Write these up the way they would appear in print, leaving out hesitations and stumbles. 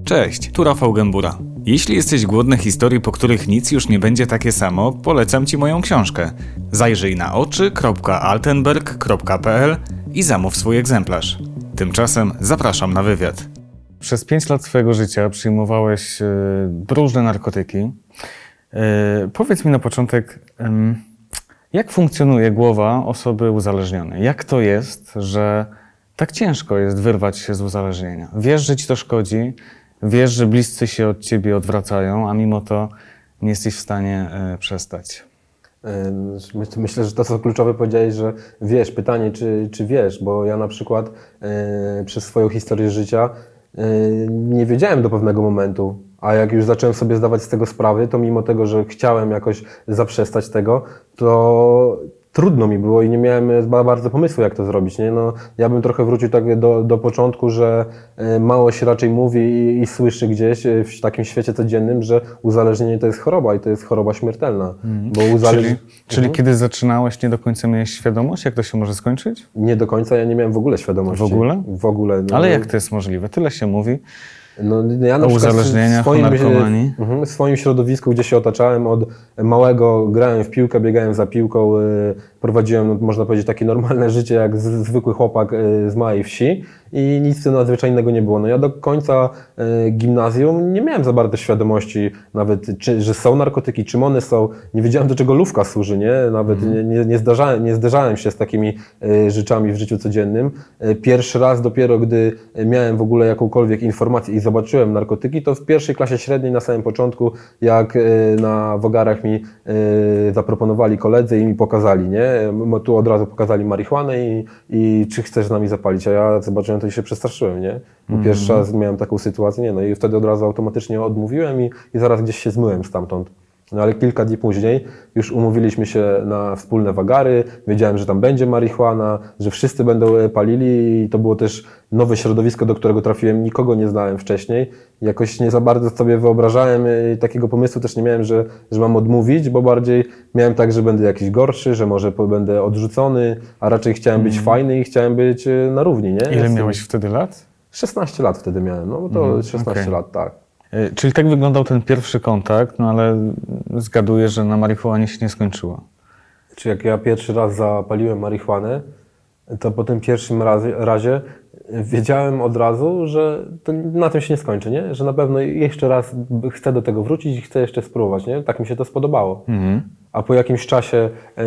Cześć, tu Rafał Gębura. Jeśli jesteś głodny historii, po których nic już nie będzie takie samo, polecam Ci moją książkę. Zajrzyj na oczy.altenberg.pl i zamów swój egzemplarz. Tymczasem zapraszam na wywiad. Przez 5 lat swojego życia przyjmowałeś różne narkotyki. Powiedz mi na początek, jak funkcjonuje głowa osoby uzależnionej? Jak to jest, że tak ciężko jest wyrwać się z uzależnienia? Wiesz, że ci to szkodzi, wiesz, że bliscy się od ciebie odwracają, a mimo to nie jesteś w stanie przestać. Myślę, że to, co kluczowe powiedziałeś, że wiesz, pytanie, czy wiesz, bo ja na przykład przez swoją historię życia nie wiedziałem do pewnego momentu, a jak już zacząłem sobie zdawać z tego sprawy, to mimo tego, że chciałem jakoś zaprzestać tego, to trudno mi było i nie miałem bardzo pomysłu, jak to zrobić, nie? No, ja bym trochę wrócił tak do początku, że mało się raczej mówi i słyszy gdzieś w takim świecie codziennym, że uzależnienie to jest choroba i to jest choroba śmiertelna. Bo Czyli kiedy zaczynałeś, nie do końca miałeś świadomość, jak to się może skończyć? Nie do końca, ja nie miałem w ogóle świadomości. W ogóle? W ogóle. No. Ale jak to jest możliwe? Tyle się mówi. No, ja na o uzależnieniach, o narkomanii. W swoim środowisku, gdzie się otaczałem, od małego grałem w piłkę, biegałem za piłką, prowadziłem, no, można powiedzieć, takie normalne życie jak zwykły chłopak z małej wsi i nic nadzwyczajnego nie było. No ja do końca gimnazjum nie miałem za bardzo świadomości nawet, że są narkotyki, czym one są. Nie wiedziałem, do czego lufka służy, nie? Nawet nie zderzałem się z takimi rzeczami w życiu codziennym. Pierwszy raz dopiero, gdy miałem w ogóle jakąkolwiek informację i zobaczyłem narkotyki, to w pierwszej klasie średniej na samym początku, jak na wogarach mi zaproponowali koledzy i mi pokazali, nie? Tu od razu pokazali marihuanę i czy chcesz z nami zapalić, a ja zobaczyłem to i się przestraszyłem, nie? Bo pierwszy raz miałem taką sytuację, nie? No i wtedy od razu automatycznie odmówiłem i zaraz gdzieś się zmyłem stamtąd. No ale kilka dni później już umówiliśmy się na wspólne wagary, wiedziałem, że tam będzie marihuana, że wszyscy będą palili i to było też nowe środowisko, do którego trafiłem, nikogo nie znałem wcześniej. Jakoś nie za bardzo sobie wyobrażałem, takiego pomysłu też nie miałem, że mam odmówić, bo bardziej miałem tak, że będę jakiś gorszy, że może będę odrzucony, a raczej chciałem być fajny i chciałem być na równi, nie? Ile miałeś wtedy lat? 16 lat wtedy miałem, no bo to 16 lat, tak. Czyli tak wyglądał ten pierwszy kontakt, no ale zgaduję, że na marihuanie się nie skończyło. Czy jak ja pierwszy raz zapaliłem marihuanę, to po tym pierwszym razie wiedziałem od razu, że to na tym się nie skończy, nie? Że na pewno jeszcze raz chcę do tego wrócić i chcę jeszcze spróbować, nie? Tak mi się to spodobało. A po jakimś czasie,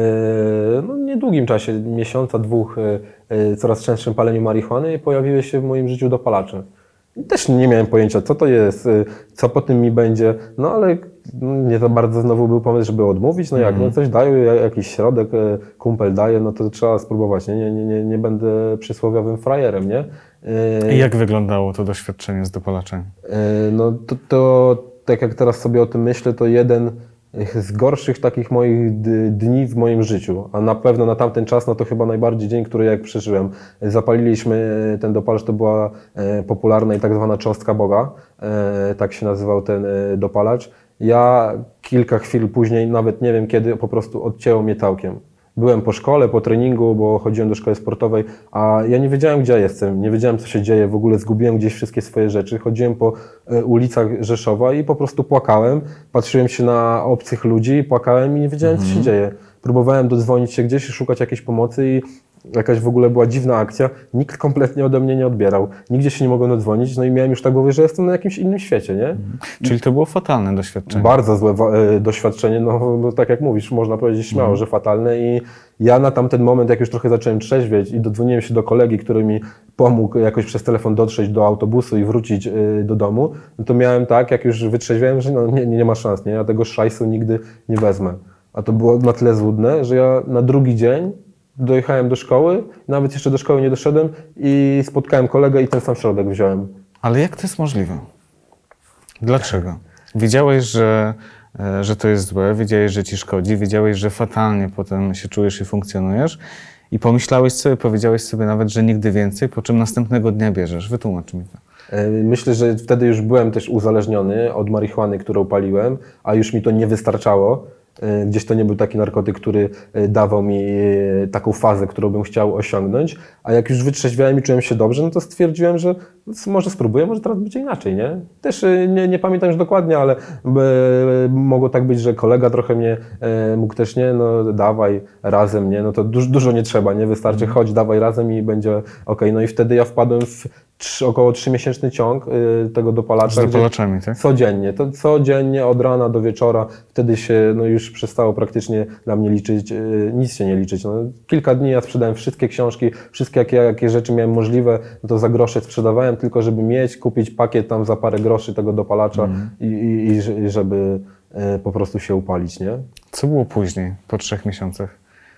no niedługim czasie, miesiąca, 2, coraz częstszym paleniu marihuany pojawiły się w moim życiu dopalacze. Też nie miałem pojęcia, co to jest, co po tym mi będzie, no ale nie za bardzo znowu był pomysł, żeby odmówić, no jak, no coś dają, jakiś środek, kumpel daje, no to trzeba spróbować, nie będę przysłowiowym frajerem, nie? I jak wyglądało to doświadczenie z dopalaczem? No to tak jak teraz sobie o tym myślę, to jeden z gorszych takich moich dni w moim życiu, a na pewno na tamten czas, no to chyba najbardziej dzień, który jak przeżyłem. Zapaliliśmy ten dopalacz, to była popularna i tak zwana cząstka Boga, tak się nazywał ten dopalacz. Ja kilka chwil później, nawet nie wiem kiedy, po prostu odcięło mnie całkiem. Byłem po szkole, po treningu, bo chodziłem do szkoły sportowej, a ja nie wiedziałem, gdzie ja jestem, nie wiedziałem, co się dzieje, w ogóle zgubiłem gdzieś wszystkie swoje rzeczy. Chodziłem po ulicach Rzeszowa i po prostu płakałem, patrzyłem się na obcych ludzi, płakałem i nie wiedziałem, co się dzieje. Próbowałem dodzwonić się gdzieś, szukać jakiejś pomocy i jakaś w ogóle była dziwna akcja, nikt kompletnie ode mnie nie odbierał, nigdzie się nie mogłem dodzwonić, no i miałem już tak głowie, że jestem na jakimś innym świecie, nie? Czyli to było fatalne doświadczenie. Bardzo złe doświadczenie, no tak jak mówisz, można powiedzieć śmiało, że fatalne i ja na tamten moment, jak już trochę zacząłem trzeźwieć i dodzwoniłem się do kolegi, który mi pomógł jakoś przez telefon dotrzeć do autobusu i wrócić do domu, no to miałem tak, jak już wytrzeźwiałem, że no nie ma szans, nie? Ja tego szajsu nigdy nie wezmę. A to było na tyle złudne, że ja na drugi dzień dojechałem do szkoły, nawet jeszcze do szkoły nie doszedłem i spotkałem kolegę i ten sam środek wziąłem. Ale jak to jest możliwe? Dlaczego? Wiedziałeś, że to jest złe, wiedziałeś, że ci szkodzi, wiedziałeś, że fatalnie potem się czujesz i funkcjonujesz i pomyślałeś sobie, powiedziałeś sobie nawet, że nigdy więcej, po czym następnego dnia bierzesz. Wytłumacz mi to. Myślę, że wtedy już byłem też uzależniony od marihuany, którą paliłem, a już mi to nie wystarczało. Gdzieś to nie był taki narkotyk, który dawał mi taką fazę, którą bym chciał osiągnąć, a jak już wytrzeźwiałem i czułem się dobrze, no to stwierdziłem, że może spróbuję, może teraz będzie inaczej, nie? Też nie pamiętam już dokładnie, ale mogło tak być, że kolega trochę mnie mógł też, nie, no dawaj razem, nie, no to dużo nie trzeba, nie, wystarczy chodź, dawaj razem i będzie okej. No i wtedy ja wpadłem w około 3-miesięczny ciąg tego dopalacza. Z dopalaczami, tak? Codziennie, to codziennie od rana do wieczora, wtedy się no już przestało praktycznie dla mnie liczyć, nic się nie liczyć. No, kilka dni ja sprzedałem wszystkie książki, wszystkie jakie rzeczy miałem możliwe, no to za grosze sprzedawałem, tylko żeby kupić pakiet tam za parę groszy tego dopalacza i żeby po prostu się upalić, nie? Co było później, po 3 miesiącach?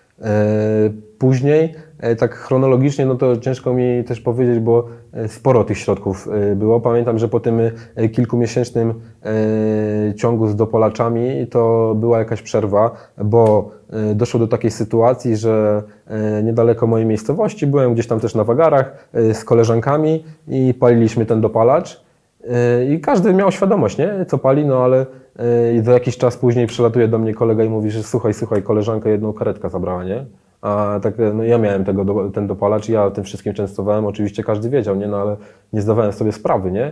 Później, tak chronologicznie, no to ciężko mi też powiedzieć, bo sporo tych środków było. Pamiętam, że po tym kilkumiesięcznym ciągu z dopalaczami to była jakaś przerwa, bo doszło do takiej sytuacji, że niedaleko mojej miejscowości byłem gdzieś tam też na wagarach z koleżankami i paliliśmy ten dopalacz. I każdy miał świadomość, nie, co pali, no ale za jakiś czas później przylatuje do mnie kolega i mówi, że słuchaj, koleżanka jedną karetkę zabrała, nie? A tak, no ja miałem ten dopalacz, ja tym wszystkim częstowałem, oczywiście każdy wiedział, nie? No ale nie zdawałem sobie sprawy, nie?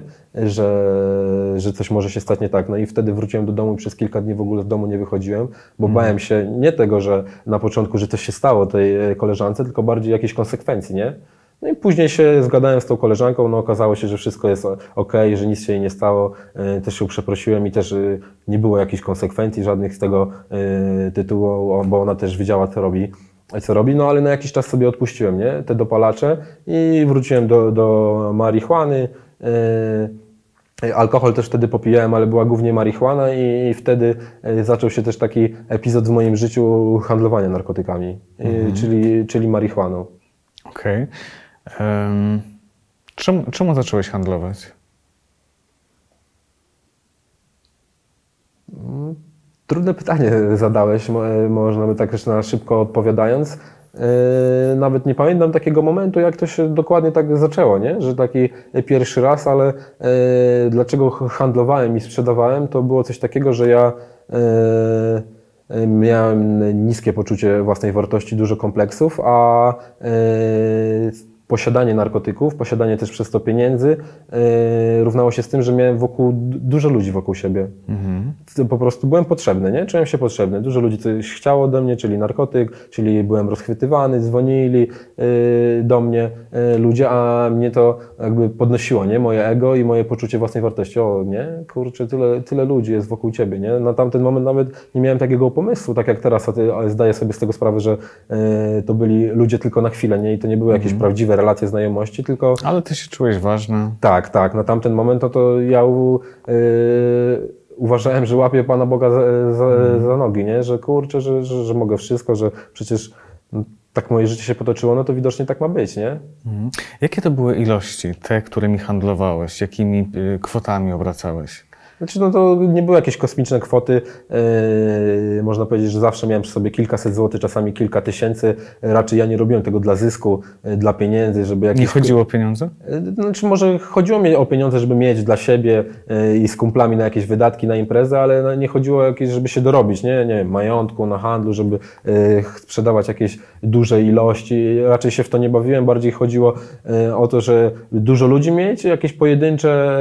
Że coś może się stać nie tak. No i wtedy wróciłem do domu i przez kilka dni w ogóle z domu nie wychodziłem, bo bałem się nie tego, że na początku, że coś się stało tej koleżance, tylko bardziej jakichś konsekwencji, nie? No i później się zgadałem z tą koleżanką, no okazało się, że wszystko jest okej, że nic się jej nie stało, też ją przeprosiłem i też nie było jakichś konsekwencji żadnych z tego tytułu, bo ona też wiedziała, co robi, no ale na jakiś czas sobie odpuściłem, nie, te dopalacze i wróciłem do marihuany. Alkohol też wtedy popijałem, ale była głównie marihuana i wtedy zaczął się też taki epizod w moim życiu handlowania narkotykami, czyli marihuaną. Okej. Czemu zacząłeś handlować? Trudne pytanie zadałeś, można by tak też na szybko odpowiadając. Nawet nie pamiętam takiego momentu, jak to się dokładnie tak zaczęło, nie? Że taki pierwszy raz, ale dlaczego handlowałem i sprzedawałem, to było coś takiego, że ja miałem niskie poczucie własnej wartości, dużo kompleksów, a posiadanie narkotyków, posiadanie też przez to pieniędzy równało się z tym, że miałem dużo ludzi wokół siebie. Po prostu byłem potrzebny, nie? Czułem się potrzebny. Dużo ludzi coś chciało ode mnie, czyli narkotyk, czyli byłem rozchwytywany, dzwonili do mnie ludzie, a mnie to jakby podnosiło, nie? Moje ego i moje poczucie własnej wartości. O, nie? Kurczę, tyle ludzi jest wokół ciebie, nie? Na tamten moment nawet nie miałem takiego pomysłu, tak jak teraz, zdaję sobie z tego sprawę, że to byli ludzie tylko na chwilę, nie? I to nie były jakieś prawdziwe relacje znajomości, tylko... Ale ty się czułeś ważny. Tak. Na tamten moment to ja uważałem, że łapię Pana Boga za nogi, nie? Że kurczę, że mogę wszystko, że przecież tak moje życie się potoczyło, no to widocznie tak ma być, nie? Jakie to były ilości, te, którymi handlowałeś? Jakimi kwotami obracałeś? Znaczy, no to nie były jakieś kosmiczne kwoty. Można powiedzieć, że zawsze miałem przy sobie kilkaset złotych, czasami kilka tysięcy. Raczej ja nie robiłem tego dla zysku, dla pieniędzy, żeby jakieś... Nie chodziło o pieniądze? Znaczy, może chodziło mi o pieniądze, żeby mieć dla siebie i z kumplami na jakieś wydatki, na imprezę, ale nie chodziło o jakieś, żeby się dorobić, nie wiem, majątku, na handlu, żeby sprzedawać jakieś duże ilości. Raczej się w to nie bawiłem, bardziej chodziło o to, że dużo ludzi mieć, jakieś pojedyncze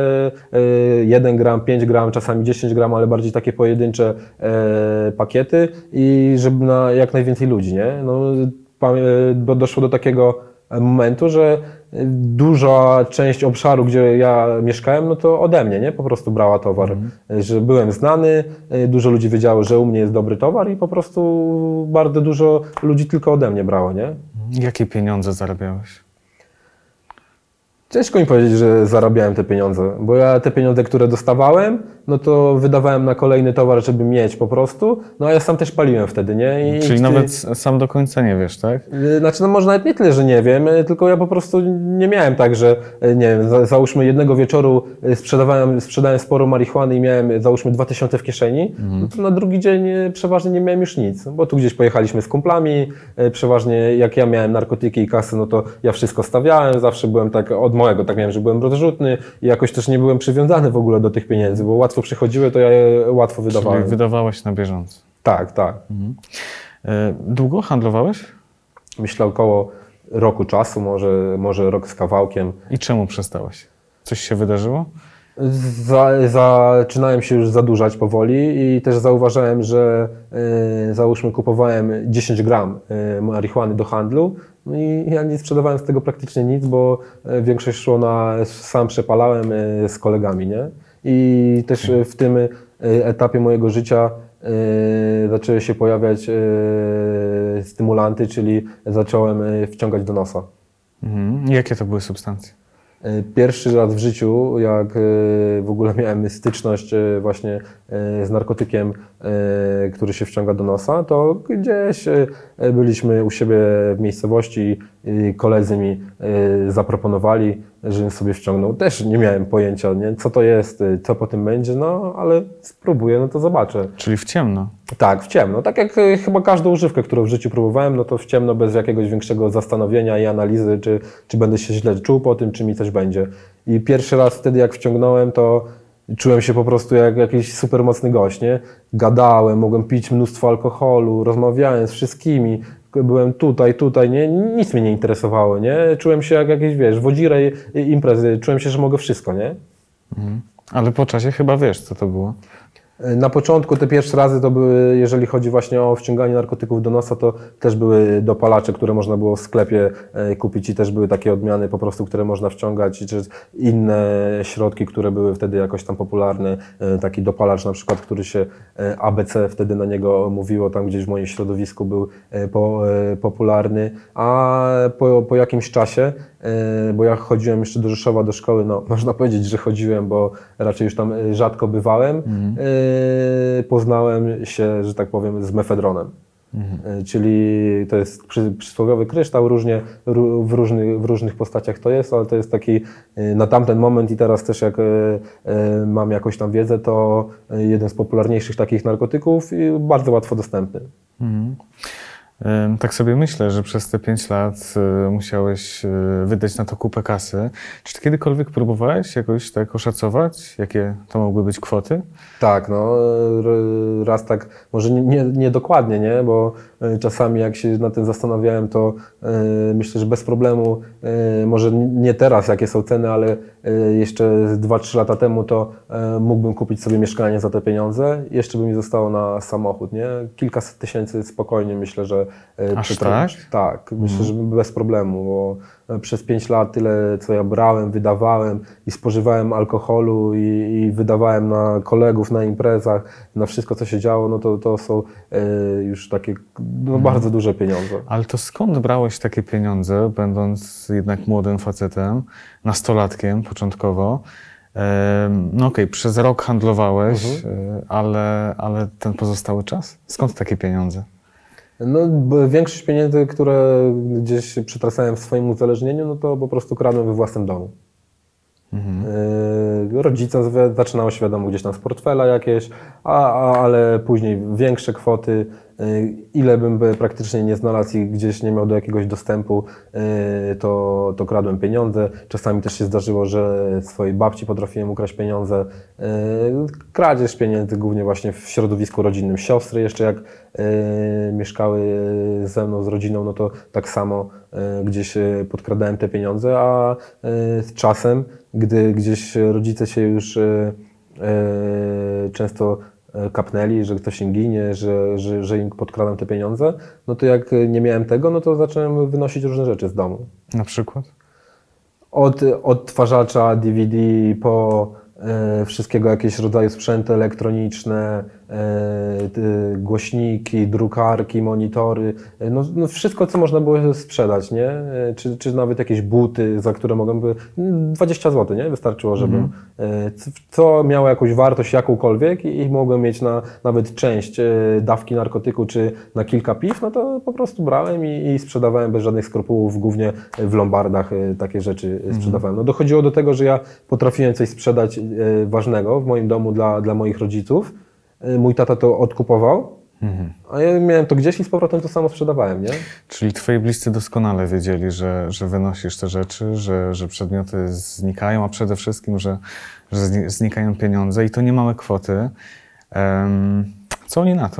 1 gram, 5 gram, czasami 10 gram, ale bardziej takie pojedyncze pakiety i żeby na jak najwięcej ludzi, nie? No, bo doszło do takiego momentu, że duża część obszaru, gdzie ja mieszkałem, no to ode mnie, nie? Po prostu brała towar. Że byłem znany, dużo ludzi wiedziało, że u mnie jest dobry towar i po prostu bardzo dużo ludzi tylko ode mnie brało, nie? Jakie pieniądze zarabiałeś? Ciężko mi powiedzieć, że zarabiałem te pieniądze, bo ja te pieniądze, które dostawałem, no to wydawałem na kolejny towar, żeby mieć po prostu, no a ja sam też paliłem wtedy, nie? Czyli nawet sam do końca nie wiesz, tak? Znaczy, no może nawet nie tyle, że nie wiem, tylko ja po prostu nie miałem tak, że nie wiem, załóżmy jednego wieczoru sprzedałem sporo marihuany i miałem załóżmy 2000 w kieszeni, no to na drugi dzień przeważnie nie miałem już nic, bo tu gdzieś pojechaliśmy z kumplami, przeważnie jak ja miałem narkotyki i kasy, no to ja wszystko stawiałem, zawsze byłem tak od małego, tak miałem, że byłem rozrzutny i jakoś też nie byłem przywiązany w ogóle do tych pieniędzy, bo łatwo przychodziły, to ja je łatwo wydawałem. Czyli wydawałeś na bieżąco. Tak, tak. Długo handlowałeś? Myślę około roku czasu, może rok z kawałkiem. I czemu przestałeś? Coś się wydarzyło? Zaczynałem się już zadłużać powoli i też zauważyłem, że załóżmy kupowałem 10 gram marihuany do handlu, no i ja nie sprzedawałem z tego praktycznie nic, bo większość szło sam przepalałem z kolegami, nie? I też w tym etapie mojego życia zaczęły się pojawiać stymulanty, czyli zacząłem wciągać do nosa. Jakie to były substancje? Pierwszy raz w życiu, jak w ogóle miałem styczność właśnie z narkotykiem, który się wciąga do nosa, to gdzieś byliśmy u siebie w miejscowości i koledzy mi zaproponowali, żebym sobie wciągnął. Też nie miałem pojęcia, nie? Co to jest, co po tym będzie, no ale spróbuję, no to zobaczę. Czyli w ciemno. Tak, w ciemno. Tak jak chyba każdą używkę, którą w życiu próbowałem, no to w ciemno, bez jakiegoś większego zastanowienia i analizy, czy będę się źle czuł po tym, czy mi coś będzie. I pierwszy raz wtedy, jak wciągnąłem, to czułem się po prostu jak jakiś super mocny gość, nie? Gadałem, mogłem pić mnóstwo alkoholu, rozmawiałem z wszystkimi, byłem tutaj, nie? Nic mnie nie interesowało, nie? Czułem się jak jakiś, wiesz, wodzirej imprezy, czułem się, że mogę wszystko, nie? Ale po czasie chyba wiesz, co to było. Na początku te pierwsze razy to były, jeżeli chodzi właśnie o wciąganie narkotyków do nosa, to też były dopalacze, które można było w sklepie kupić i też były takie odmiany po prostu, które można wciągać, czy inne środki, które były wtedy jakoś tam popularne. Taki dopalacz na przykład, który się ABC wtedy na niego mówiło, tam gdzieś w moim środowisku był popularny, a po jakimś czasie, bo ja chodziłem jeszcze do Rzeszowa do szkoły, no można powiedzieć, że chodziłem, bo raczej już tam rzadko bywałem, poznałem się, że tak powiem, z mefedronem. Czyli to jest przysłowiowy kryształ, w różnych postaciach to jest, ale to jest taki na tamten moment i teraz też jak mam jakąś tam wiedzę, to jeden z popularniejszych takich narkotyków i bardzo łatwo dostępny. Tak sobie myślę, że przez te 5 lat musiałeś wydać na to kupę kasy. Czy ty kiedykolwiek próbowałeś jakoś tak oszacować, jakie to mogły być kwoty? Tak, no raz tak, może nie dokładnie, nie, bo czasami jak się nad tym zastanawiałem, to myślę, że bez problemu, może nie teraz jakie są ceny, ale jeszcze 2-3 lata temu to mógłbym kupić sobie mieszkanie za te pieniądze, jeszcze by mi zostało na samochód, nie? Kilkaset tysięcy spokojnie, myślę, że... Aż tak? Tak, myślę, że bez problemu, bo przez 5 lat tyle, co ja brałem, wydawałem i spożywałem alkoholu i wydawałem na kolegów, na imprezach, na wszystko, co się działo, no to są już takie bardzo duże pieniądze. Ale to skąd brałeś takie pieniądze, będąc jednak młodym facetem, nastolatkiem początkowo? No okej, przez rok handlowałeś, ale ten pozostały czas? Skąd takie pieniądze? No, większość pieniędzy, które gdzieś przytrasałem w swoim uzależnieniu, no to po prostu kradłem we własnym domu. Rodzice zaczynało się wiadomo gdzieś tam z portfela jakieś, ale później większe kwoty, ile bym praktycznie nie znalazł i gdzieś nie miał do jakiegoś dostępu, to kradłem pieniądze. Czasami też się zdarzyło, że swojej babci potrafiłem ukraść pieniądze. Kradzież pieniędzy głównie właśnie w środowisku rodzinnym. Siostry jeszcze jak mieszkały ze mną, z rodziną, no to tak samo gdzieś podkradałem te pieniądze, a z czasem, gdy gdzieś rodzice się już często kapnęli, że ktoś im ginie, że im podkradam te pieniądze, no to jak nie miałem tego, no to zacząłem wynosić różne rzeczy z domu. Na przykład? Od odtwarzacza DVD po wszystkiego jakieś rodzaju sprzęty elektroniczne, głośniki, drukarki, monitory, no wszystko, co można było sprzedać, nie? Czy nawet jakieś buty, za które mogłem 20 zł, nie? Wystarczyło, żebym co miało jakąś wartość jakąkolwiek i mogłem mieć na nawet część dawki narkotyku, czy na kilka piw, no to po prostu brałem i sprzedawałem bez żadnych skrupułów, głównie w lombardach takie rzeczy sprzedawałem. No dochodziło do tego, że ja potrafiłem coś sprzedać ważnego w moim domu dla moich rodziców. Mój tata to odkupował, a ja miałem to gdzieś i z powrotem to samo sprzedawałem, nie? Czyli twoi bliscy doskonale wiedzieli, że wynosisz te rzeczy, że przedmioty znikają, a przede wszystkim, że znikają pieniądze i to nie małe kwoty. Co oni na to?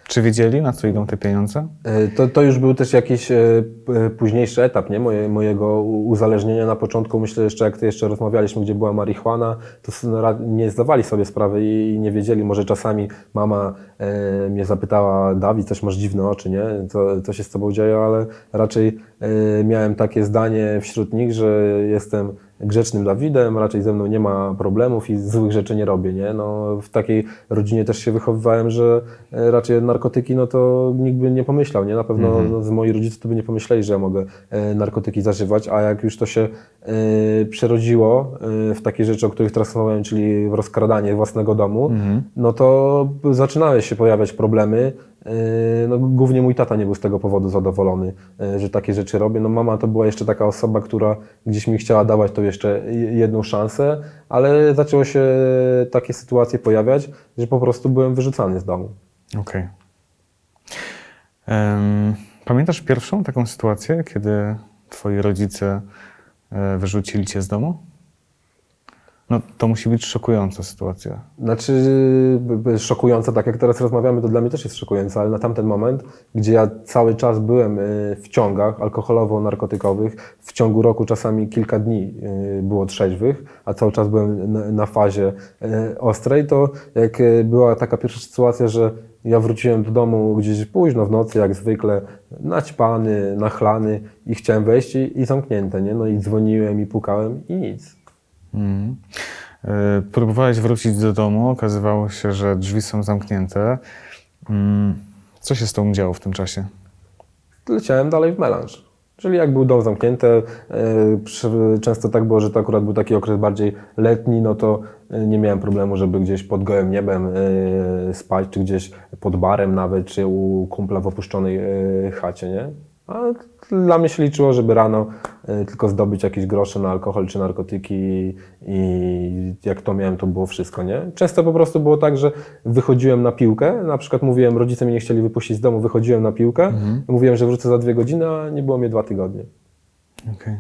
Czy wiedzieli, na co idą te pieniądze? To już był też jakiś późniejszy etap, nie? Mojego uzależnienia. Na początku, myślę, jak jeszcze rozmawialiśmy, gdzie była marihuana, to nie zdawali sobie sprawy i nie wiedzieli. Może czasami mama mnie zapytała: Dawid, coś masz dziwne oczy, nie? Co się z tobą dzieje? Ale raczej miałem takie zdanie wśród nich, że jestem grzecznym Dawidem, raczej ze mną nie ma problemów i złych rzeczy nie robię, nie? No, w takiej rodzinie też się wychowywałem, że raczej narkotyki, no to nikt by nie pomyślał, nie? Na pewno z moi rodzice to by nie pomyśleli, że ja mogę narkotyki zażywać, a jak już to się przerodziło w takie rzeczy, o których teraz mówiłem, czyli w rozkradanie własnego domu, no to zaczynały się pojawiać problemy. No, głównie mój tata nie był z tego powodu zadowolony, że takie rzeczy robię. No, mama to była jeszcze taka osoba, która gdzieś mi chciała dawać to jeszcze jedną szansę, ale zaczęło się takie sytuacje pojawiać, że po prostu byłem wyrzucany z domu. Okej. Pamiętasz pierwszą taką sytuację, kiedy twoi rodzice wyrzucili cię z domu? No to musi być szokująca sytuacja. Znaczy szokująca, tak jak teraz rozmawiamy, to dla mnie też jest szokujące, ale na tamten moment, gdzie ja cały czas byłem w ciągach alkoholowo-narkotykowych, w ciągu roku czasami kilka dni było trzeźwych, a cały czas byłem na fazie ostrej, to jak była taka pierwsza sytuacja, że ja wróciłem do domu gdzieś późno w nocy, jak zwykle, naćpany, nachlany i chciałem wejść i zamknięte, nie? No i dzwoniłem i pukałem i nic. Próbowałeś wrócić do domu, okazywało się, że drzwi są zamknięte. Co się z tobą działo w tym czasie? Leciałem dalej w melanż. Czyli jak był dom zamknięty, często tak było, że to akurat był taki okres bardziej letni, no to nie miałem problemu, żeby gdzieś pod gołym niebem spać, czy gdzieś pod barem nawet, czy u kumpla w opuszczonej chacie, nie? A dla mnie się liczyło, żeby rano tylko zdobyć jakieś grosze na alkohol czy narkotyki i jak to miałem, to było wszystko, nie? Często po prostu było tak, że wychodziłem na piłkę, na przykład mówiłem, rodzice mnie nie chcieli wypuścić z domu, wychodziłem na piłkę, mówiłem, że wrócę za 2 godziny, a nie było mnie 2 tygodnie. Okej.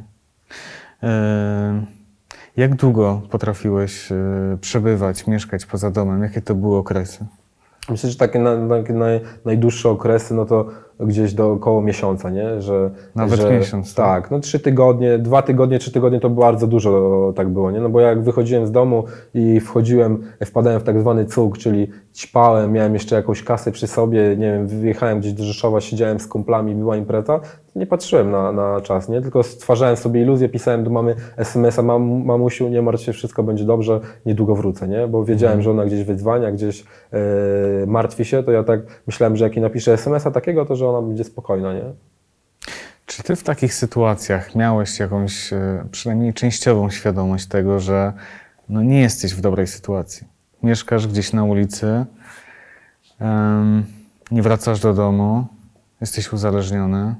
Jak długo potrafiłeś przebywać, mieszkać poza domem? Jakie to były okresy? Myślę, że takie najdłuższe okresy, no to gdzieś do około miesiąca, nie? Nawet miesiąc. Tak, no 3 tygodnie, 2 tygodnie, 3 tygodnie to bardzo dużo tak było, nie? No bo jak wychodziłem z domu i wpadałem w tak zwany cuk, czyli ćpałem, miałem jeszcze jakąś kasę przy sobie, nie wiem, wyjechałem gdzieś do Rzeszowa, siedziałem z kumplami, była impreza, nie patrzyłem na czas, nie? Tylko stwarzałem sobie iluzję, pisałem do mamy SMS-a: mamusiu, nie martw się, wszystko będzie dobrze, niedługo wrócę, nie? Bo wiedziałem, że ona gdzieś wydzwania, gdzieś martwi się, to ja tak myślałem, że jak jej napiszę SMS-a takiego, to że ona będzie spokojna, nie? Czy ty w takich sytuacjach miałeś jakąś, przynajmniej częściową świadomość tego, że no nie jesteś w dobrej sytuacji? Mieszkasz gdzieś na ulicy, nie wracasz do domu, jesteś uzależniony.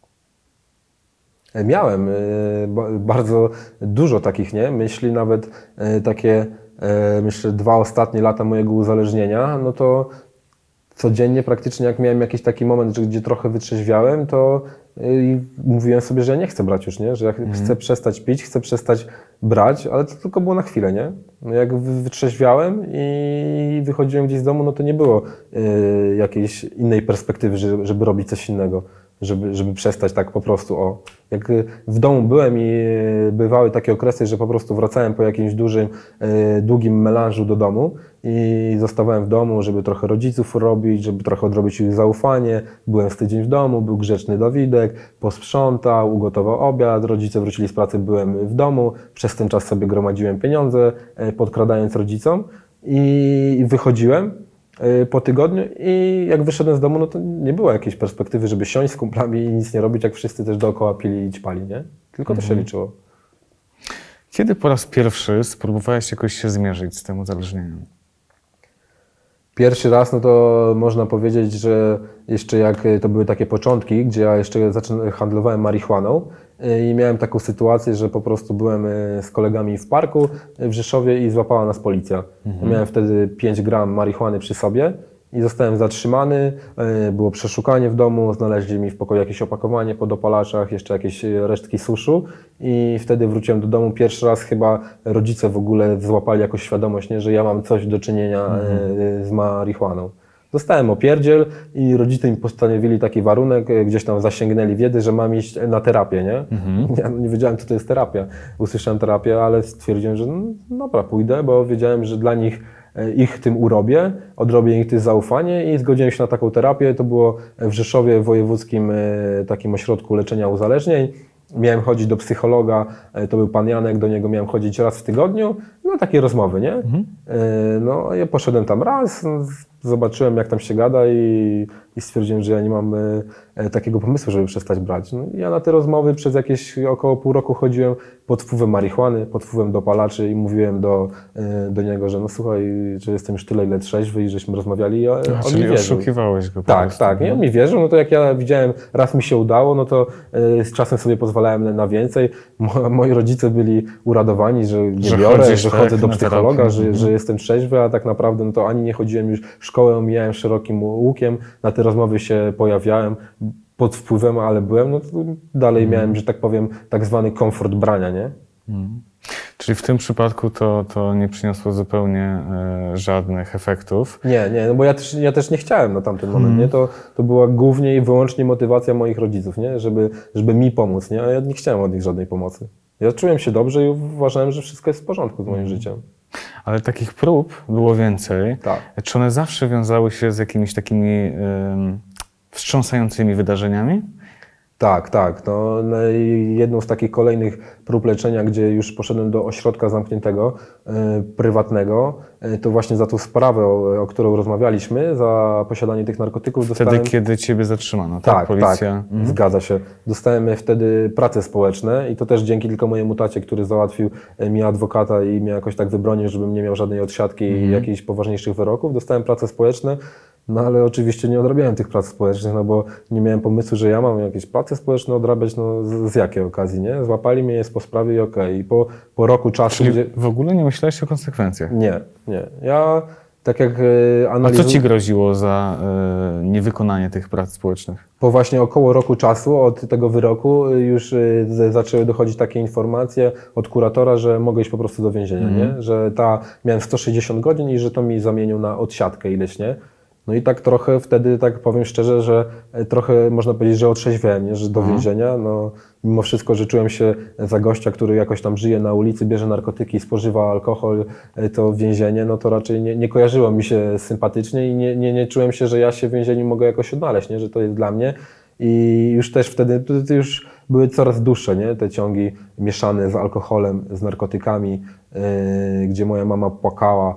Miałem bardzo dużo takich, nie? Myśli, nawet takie, myślę, 2 ostatnie lata mojego uzależnienia, no to codziennie praktycznie, jak miałem jakiś taki moment, gdzie trochę wytrzeźwiałem, to mówiłem sobie, że ja nie chcę brać już, nie? Że ja chcę przestać pić, chcę przestać brać, ale to tylko było na chwilę, nie? No jak wytrzeźwiałem i wychodziłem gdzieś z domu, no to nie było jakiejś innej perspektywy, żeby robić coś innego. Żeby przestać tak po prostu, jak w domu byłem i bywały takie okresy, że po prostu wracałem po jakimś długim melanżu do domu i zostawałem w domu, żeby trochę rodziców robić, żeby trochę odrobić ich zaufanie. Byłem z tydzień w domu, był grzeczny Dawidek, posprzątał, ugotował obiad, rodzice wrócili z pracy, byłem w domu, przez ten czas sobie gromadziłem pieniądze, podkradając rodzicom i wychodziłem po tygodniu i jak wyszedłem z domu, no to nie było jakiejś perspektywy, żeby siąść z kumplami i nic nie robić, jak wszyscy też dookoła pili i ćpali, nie? Tylko to się liczyło. Kiedy po raz pierwszy spróbowałeś jakoś się zmierzyć z tym uzależnieniem? Pierwszy raz, no to można powiedzieć, że jeszcze jak to były takie początki, gdzie ja jeszcze handlowałem marihuaną i miałem taką sytuację, że po prostu byłem z kolegami w parku w Rzeszowie i złapała nas policja. Miałem wtedy 5 gram marihuany przy sobie i zostałem zatrzymany, było przeszukanie w domu, znaleźli mi w pokoju jakieś opakowanie po dopalaczach, jeszcze jakieś resztki suszu i wtedy wróciłem do domu. Pierwszy raz chyba rodzice w ogóle złapali jakąś świadomość, nie, że ja mam coś do czynienia z marihuaną. Dostałem opierdziel i rodzice mi postanowili taki warunek, gdzieś tam zasięgnęli wiedzy, że mam iść na terapię, nie? Ja nie wiedziałem, co to jest terapia. Usłyszałem terapię, ale stwierdziłem, że no dobra, pójdę, bo wiedziałem, że dla nich ich tym urobię, odrobię ich tym zaufanie i zgodziłem się na taką terapię. To było w Rzeszowie Wojewódzkim takim ośrodku leczenia uzależnień. Miałem chodzić do psychologa, to był pan Janek, do niego miałem chodzić raz w tygodniu, no takie rozmowy, nie? No ja poszedłem tam raz, zobaczyłem jak tam się gada i stwierdziłem, że ja nie mam takiego pomysłu, żeby przestać brać. No, ja na te rozmowy przez jakieś około pół roku chodziłem pod wpływem marihuany, pod wpływem dopalaczy i mówiłem do niego, że no słuchaj, że jestem już tyle ile trzeźwy i żeśmy rozmawiali i on czyli mi wierzył. oszukiwałeś go po Tak, prostu, tak. nie? I on mi wierzył, no to jak ja widziałem, raz mi się udało, no to z czasem sobie pozwalałem na więcej. Moi rodzice byli uradowani, że nie Że biorę, chodzisz, że tak, chodzę do na psychologa, terapię. że jestem trzeźwy, a tak naprawdę no to ani nie chodziłem już, szkołę omijałem szerokim łukiem, na te rozmowy się pojawiałem pod wpływem, ale byłem, no to dalej miałem, że tak powiem, tak zwany komfort brania, nie? Czyli w tym przypadku to nie przyniosło zupełnie żadnych efektów. Nie, no bo ja też nie chciałem na tamten moment, nie? To była głównie i wyłącznie motywacja moich rodziców, nie? Żeby mi pomóc, nie? A ja nie chciałem od nich żadnej pomocy. Ja czułem się dobrze i uważałem, że wszystko jest w porządku z moim życiem. Ale takich prób było więcej. Tak. Czy one zawsze wiązały się z jakimiś takimi wstrząsającymi wydarzeniami? Tak. No, jedną z takich kolejnych prób leczenia, gdzie już poszedłem do ośrodka zamkniętego, prywatnego, to właśnie za tą sprawę, o którą rozmawialiśmy, za posiadanie tych narkotyków Wtedy, kiedy ciebie zatrzymano, tak? Policja. Tak, zgadza się. Dostałem wtedy prace społeczne i to też dzięki tylko mojemu tacie, który załatwił mi adwokata i mnie jakoś tak wybronił, żebym nie miał żadnej odsiadki i jakichś poważniejszych wyroków. Dostałem prace społeczne. No ale oczywiście nie odrabiałem tych prac społecznych, no bo nie miałem pomysłu, że ja mam jakieś prace społeczne odrabiać, no z jakiej okazji, nie? Złapali mnie, jest po sprawie i okej. I po roku czasu... Czyli w ogóle nie myślałeś o konsekwencjach? Nie. Ja tak jak A analizuję... co ci groziło za niewykonanie tych prac społecznych? Po właśnie około roku czasu od tego wyroku już zaczęły dochodzić takie informacje od kuratora, że mogę iść po prostu do więzienia, nie? Że miałem 160 godzin i że to mi zamienił na odsiadkę ileś, nie? No i tak trochę wtedy, tak powiem szczerze, że trochę można powiedzieć, że otrzeźwiałem, nie? Że do więzienia, no mimo wszystko, że czułem się za gościa, który jakoś tam żyje na ulicy, bierze narkotyki, spożywa alkohol, to więzienie, no to raczej nie kojarzyło mi się sympatycznie i nie czułem się, że ja się w więzieniu mogę jakoś odnaleźć, nie? Że to jest dla mnie. I już też wtedy, to już były coraz dłuższe, nie? Te ciągi mieszane z alkoholem, z narkotykami, gdzie moja mama płakała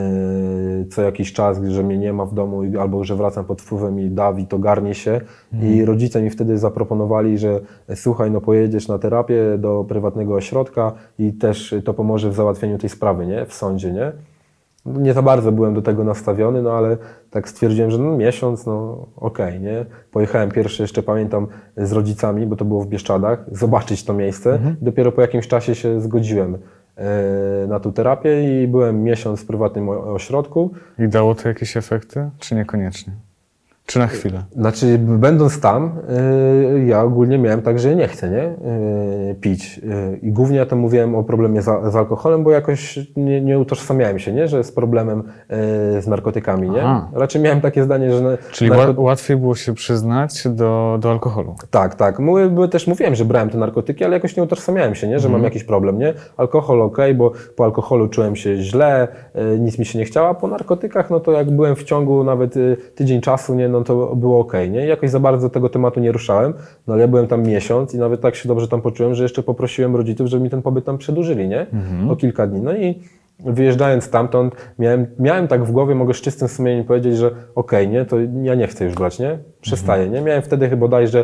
co jakiś czas, że mnie nie ma w domu albo że wracam pod wpływem i Dawid ogarnie się. I rodzice mi wtedy zaproponowali, że słuchaj, no pojedziesz na terapię do prywatnego ośrodka i też to pomoże w załatwieniu tej sprawy, nie? W sądzie, nie? Nie za bardzo byłem do tego nastawiony, no ale tak stwierdziłem, że no miesiąc, no okej, nie? Pojechałem pierwszy, jeszcze pamiętam, z rodzicami, bo to było w Bieszczadach, zobaczyć to miejsce. Dopiero po jakimś czasie się zgodziłem na tą terapię i byłem miesiąc w prywatnym ośrodku. I dało to jakieś efekty, czy niekoniecznie? Czy na chwilę? Znaczy, będąc tam, ja ogólnie miałem tak, że nie chcę, nie? Pić. I głównie ja tam mówiłem o problemie z alkoholem, bo jakoś nie utożsamiałem się, nie? Że z problemem z narkotykami, nie? Aha. Raczej miałem takie zdanie, że... Czyli łatwiej było się przyznać do alkoholu. Tak. Też mówiłem, że brałem te narkotyki, ale jakoś nie utożsamiałem się, nie? Że mam jakiś problem, nie? Alkohol okej, bo po alkoholu czułem się źle, nic mi się nie chciało, a po narkotykach, no to jak byłem w ciągu nawet tydzień czasu, nie? No to było okej, nie? Jakoś za bardzo tego tematu nie ruszałem, no ale ja byłem tam miesiąc i nawet tak się dobrze tam poczułem, że jeszcze poprosiłem rodziców, żeby mi ten pobyt tam przedłużyli, nie? O kilka dni. No i wyjeżdżając stamtąd, miałem tak w głowie, mogę z czystym sumieniem powiedzieć, że okej, nie? To ja nie chcę już brać, nie? Przestaję, nie? Miałem wtedy chyba bodajże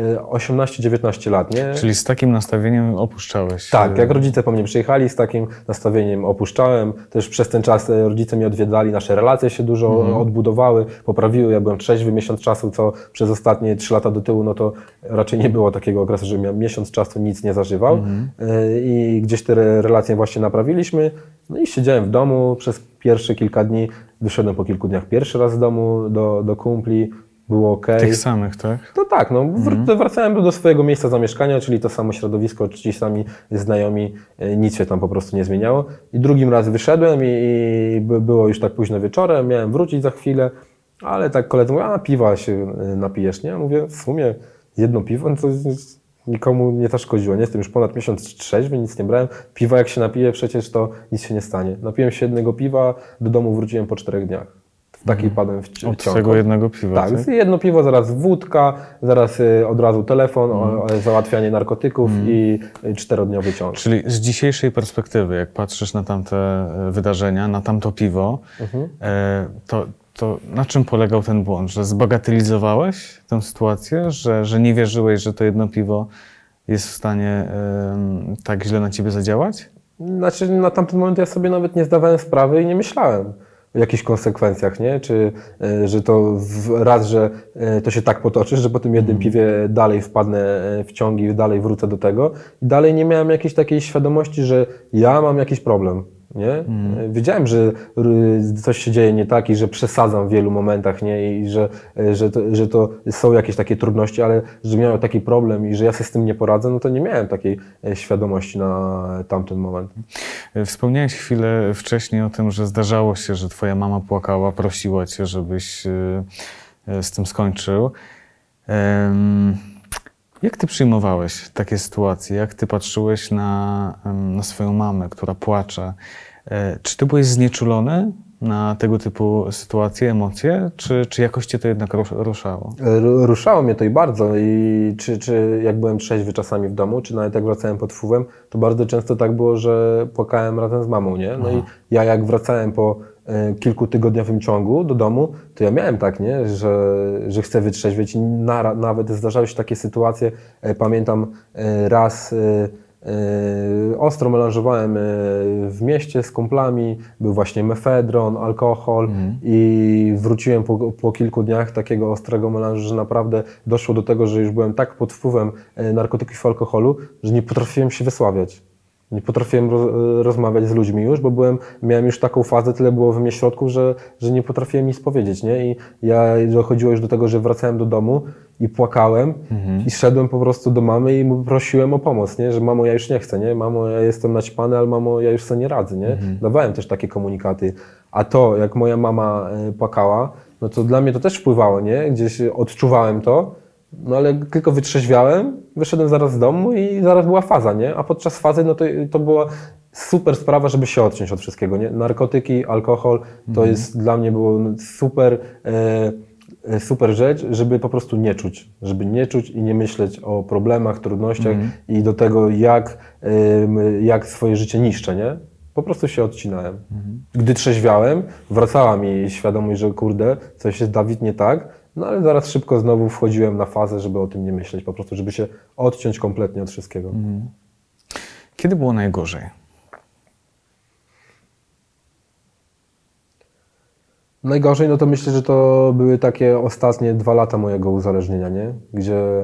18-19 lat, nie? Czyli z takim nastawieniem opuszczałeś? Tak, jak rodzice po mnie przyjechali, z takim nastawieniem opuszczałem. Też przez ten czas rodzice mnie odwiedzali, nasze relacje się dużo odbudowały, poprawiły. Ja byłem trzeźwy miesiąc czasu, co przez ostatnie 3 lata do tyłu, no to raczej nie było takiego okresu, że miałem miesiąc czasu, nic nie zażywał. I gdzieś te relacje właśnie naprawiliśmy. No i siedziałem w domu przez pierwsze kilka dni. Wyszedłem po kilku dniach pierwszy raz z domu do kumpli. Było okej. Tych samych, tak? To tak, no wracałem do swojego miejsca zamieszkania, czyli to samo środowisko, ci sami znajomi, nic się tam po prostu nie zmieniało. I drugim raz wyszedłem i było już tak późno wieczorem, miałem wrócić za chwilę Ale tak koledzy mówią, a piwa się napijesz, nie? Ja mówię, w sumie jedno piwo, no to nikomu nie zaszkodziło, nie? Jestem już ponad miesiąc trzeźwy, nic nie brałem. Piwa jak się napije, przecież to nic się nie stanie. Napiłem się jednego piwa, do domu wróciłem po 4 dniach. W takiej padłem w ciąg. Od tego jednego piwa, tak? Jedno piwo, zaraz wódka, zaraz od razu telefon, załatwianie narkotyków i 4-dniowy ciąg. Czyli z dzisiejszej perspektywy, jak patrzysz na tamte wydarzenia, na tamto piwo, to na czym polegał ten błąd? Że zbagatelizowałeś tę sytuację, że nie wierzyłeś, że to jedno piwo jest w stanie tak źle na ciebie zadziałać? Znaczy na tamten moment ja sobie nawet nie zdawałem sprawy i nie myślałem o jakichś konsekwencjach, nie? Czy że to że to się tak potoczy, że po tym jednym piwie dalej wpadnę w ciąg i dalej wrócę do tego. I dalej nie miałem jakiejś takiej świadomości, że ja mam jakiś problem. Nie? Wiedziałem, że coś się dzieje nie tak i że przesadzam w wielu momentach, nie? I że to są jakieś takie trudności, ale że miałem taki problem i że ja sobie z tym nie poradzę, no to nie miałem takiej świadomości na tamten moment. Wspomniałeś chwilę wcześniej o tym, że zdarzało się, że twoja mama płakała, prosiła cię, żebyś z tym skończył. Jak ty przyjmowałeś takie sytuacje? Jak ty patrzyłeś na swoją mamę, która płacze? Czy ty byłeś znieczulony na tego typu sytuacje, emocje, czy jakoś cię to jednak ruszało? Ruszało mnie to i bardzo. I czy jak byłem trzeźwy czasami w domu, czy nawet jak wracałem pod wpływem, to bardzo często tak było, że płakałem razem z mamą, nie? No i ja jak wracałem po kilkutygodniowym ciągu do domu, to ja miałem tak, nie? Że chcę wytrzeźwieć i nawet zdarzały się takie sytuacje. Pamiętam raz ostro melanżowałem w mieście z kumplami, był właśnie mefedron, alkohol i wróciłem po kilku dniach takiego ostrego melanżu, że naprawdę doszło do tego, że już byłem tak pod wpływem narkotyków i alkoholu, że nie potrafiłem się wysławiać. Nie potrafiłem rozmawiać z ludźmi już, bo miałem już taką fazę, tyle było we mnie środków, że nie potrafiłem nic powiedzieć, nie? I dochodziło już do tego, że wracałem do domu i płakałem i szedłem po prostu do mamy i prosiłem o pomoc, nie? Że mamo, ja już nie chcę, nie? Mamo, ja jestem naćpany, ale mamo, ja już sobie nie radzę, nie? Dawałem też takie komunikaty. A to, jak moja mama płakała, no to dla mnie to też wpływało, nie? Gdzieś odczuwałem to. No ale tylko wytrzeźwiałem, wyszedłem zaraz z domu i zaraz była faza, nie? A podczas fazy, no to była super sprawa, żeby się odciąć od wszystkiego, nie? Narkotyki, alkohol, to jest dla mnie było super rzecz, żeby po prostu nie czuć. Żeby nie czuć i nie myśleć o problemach, trudnościach i do tego, jak swoje życie niszczę, nie? Po prostu się odcinałem. Gdy trzeźwiałem, wracała mi świadomość, że kurde, coś jest, Dawid, nie tak, no ale zaraz szybko znowu wchodziłem na fazę, żeby o tym nie myśleć, po prostu, żeby się odciąć kompletnie od wszystkiego. Kiedy było najgorzej? Najgorzej, no to myślę, że to były takie ostatnie 2 lata mojego uzależnienia, nie? Gdzie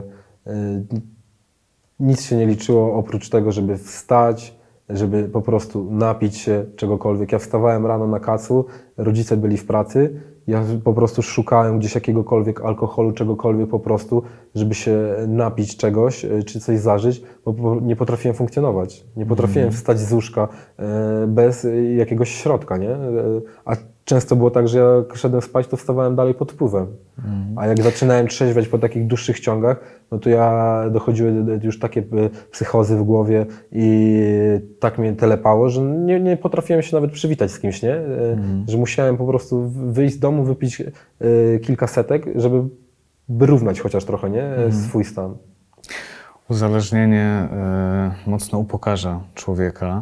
nic się nie liczyło oprócz tego, żeby wstać, żeby po prostu napić się czegokolwiek. Ja wstawałem rano na kacu, rodzice byli w pracy, ja po prostu szukałem gdzieś jakiegokolwiek alkoholu, czegokolwiek po prostu, żeby się napić czegoś, czy coś zażyć, bo nie potrafiłem funkcjonować. Nie potrafiłem wstać z łóżka bez jakiegoś środka, nie? A często było tak, że jak szedłem spać, to wstawałem dalej pod wpływem. A jak zaczynałem trzeźwiać po takich dłuższych ciągach, no to dochodziły już takie psychozy w głowie i tak mnie telepało, że nie potrafiłem się nawet przywitać z kimś, nie? Że musiałem po prostu wyjść z domu, wypić kilka setek, żeby wyrównać chociaż trochę, nie? Swój stan. Uzależnienie mocno upokarza człowieka.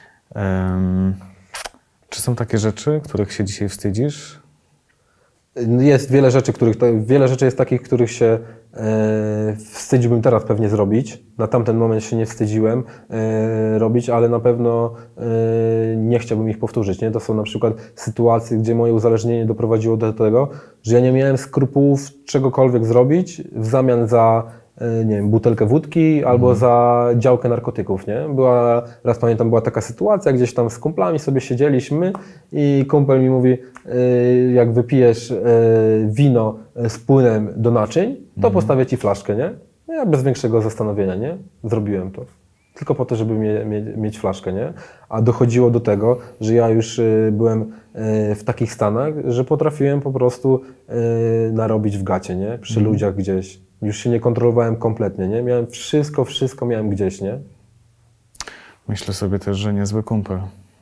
Czy są takie rzeczy, których się dzisiaj wstydzisz? Jest wiele rzeczy, wiele rzeczy jest takich, których się wstydziłbym teraz pewnie zrobić. Na tamten moment się nie wstydziłem robić, ale na pewno nie chciałbym ich powtórzyć. Nie? To są na przykład sytuacje, gdzie moje uzależnienie doprowadziło do tego, że ja nie miałem skrupułów czegokolwiek zrobić w zamian za nie wiem, butelkę wódki albo za działkę narkotyków, nie? Raz pamiętam, była taka sytuacja, gdzieś tam z kumplami sobie siedzieliśmy i kumpel mi mówi, jak wypijesz wino z płynem do naczyń, to postawię ci flaszkę, nie? Ja bez większego zastanowienia, nie? Zrobiłem to. tylko po to, żeby mieć flaszkę, nie? A dochodziło do tego, że ja już byłem w takich stanach, że potrafiłem po prostu narobić w gacie, nie? Przy ludziach gdzieś. Już się nie kontrolowałem kompletnie, nie? Miałem wszystko miałem gdzieś, nie? Myślę sobie też, że niezły kumpel.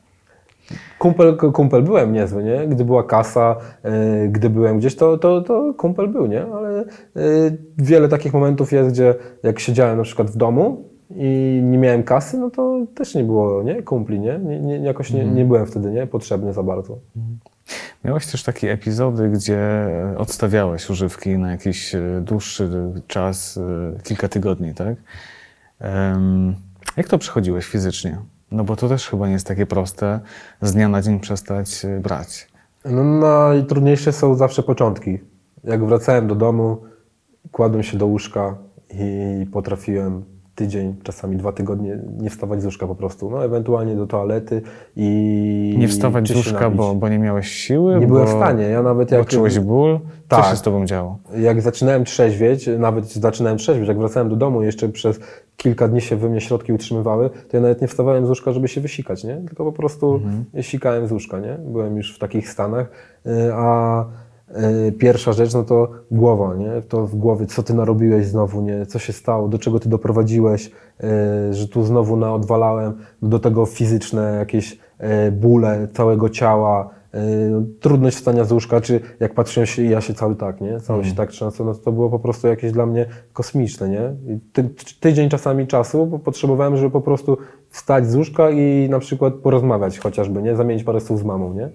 Kumpel byłem niezły, nie? Gdy była kasa, gdy byłem gdzieś, to kumpel był, nie? Ale wiele takich momentów jest, gdzie jak siedziałem na przykład w domu i nie miałem kasy, no to też nie było, nie? Kumpli, nie? Jakoś nie byłem wtedy, nie? Potrzebny za bardzo. Miałeś też takie epizody, gdzie odstawiałeś używki na jakiś dłuższy czas, kilka tygodni, tak? Jak to przechodziłeś fizycznie? No bo to też chyba nie jest takie proste, z dnia na dzień przestać brać. No, najtrudniejsze są zawsze początki. Jak wracałem do domu, kładłem się do łóżka i potrafiłem tydzień, czasami 2 tygodnie nie wstawać z łóżka po prostu. No, ewentualnie do toalety i... Nie wstawać z łóżka, bo nie miałeś siły? Nie byłem w stanie. Ja nawet jak... czułeś ból? Tak. Co się z tobą działo? Jak zaczynałem trzeźwieć, jak wracałem do domu, jeszcze przez kilka dni się we mnie środki utrzymywały, to ja nawet nie wstawałem z łóżka, żeby się wysikać, nie? Tylko po prostu sikałem z łóżka, nie? Byłem już w takich stanach, a pierwsza rzecz, no to głowa, nie? To w głowie, co ty narobiłeś znowu, nie? Co się stało, do czego ty doprowadziłeś, że tu znowu naodwalałem, do tego fizyczne jakieś bóle całego ciała, trudność wstania z łóżka, czy jak patrzyłem się, ja się cały tak, nie? Cały się tak trzęsę, no to było po prostu jakieś dla mnie kosmiczne, nie? I tydzień czasami czasu, bo potrzebowałem, żeby po prostu wstać z łóżka i na przykład porozmawiać chociażby, nie? Zamienić parę słów z mamą, nie?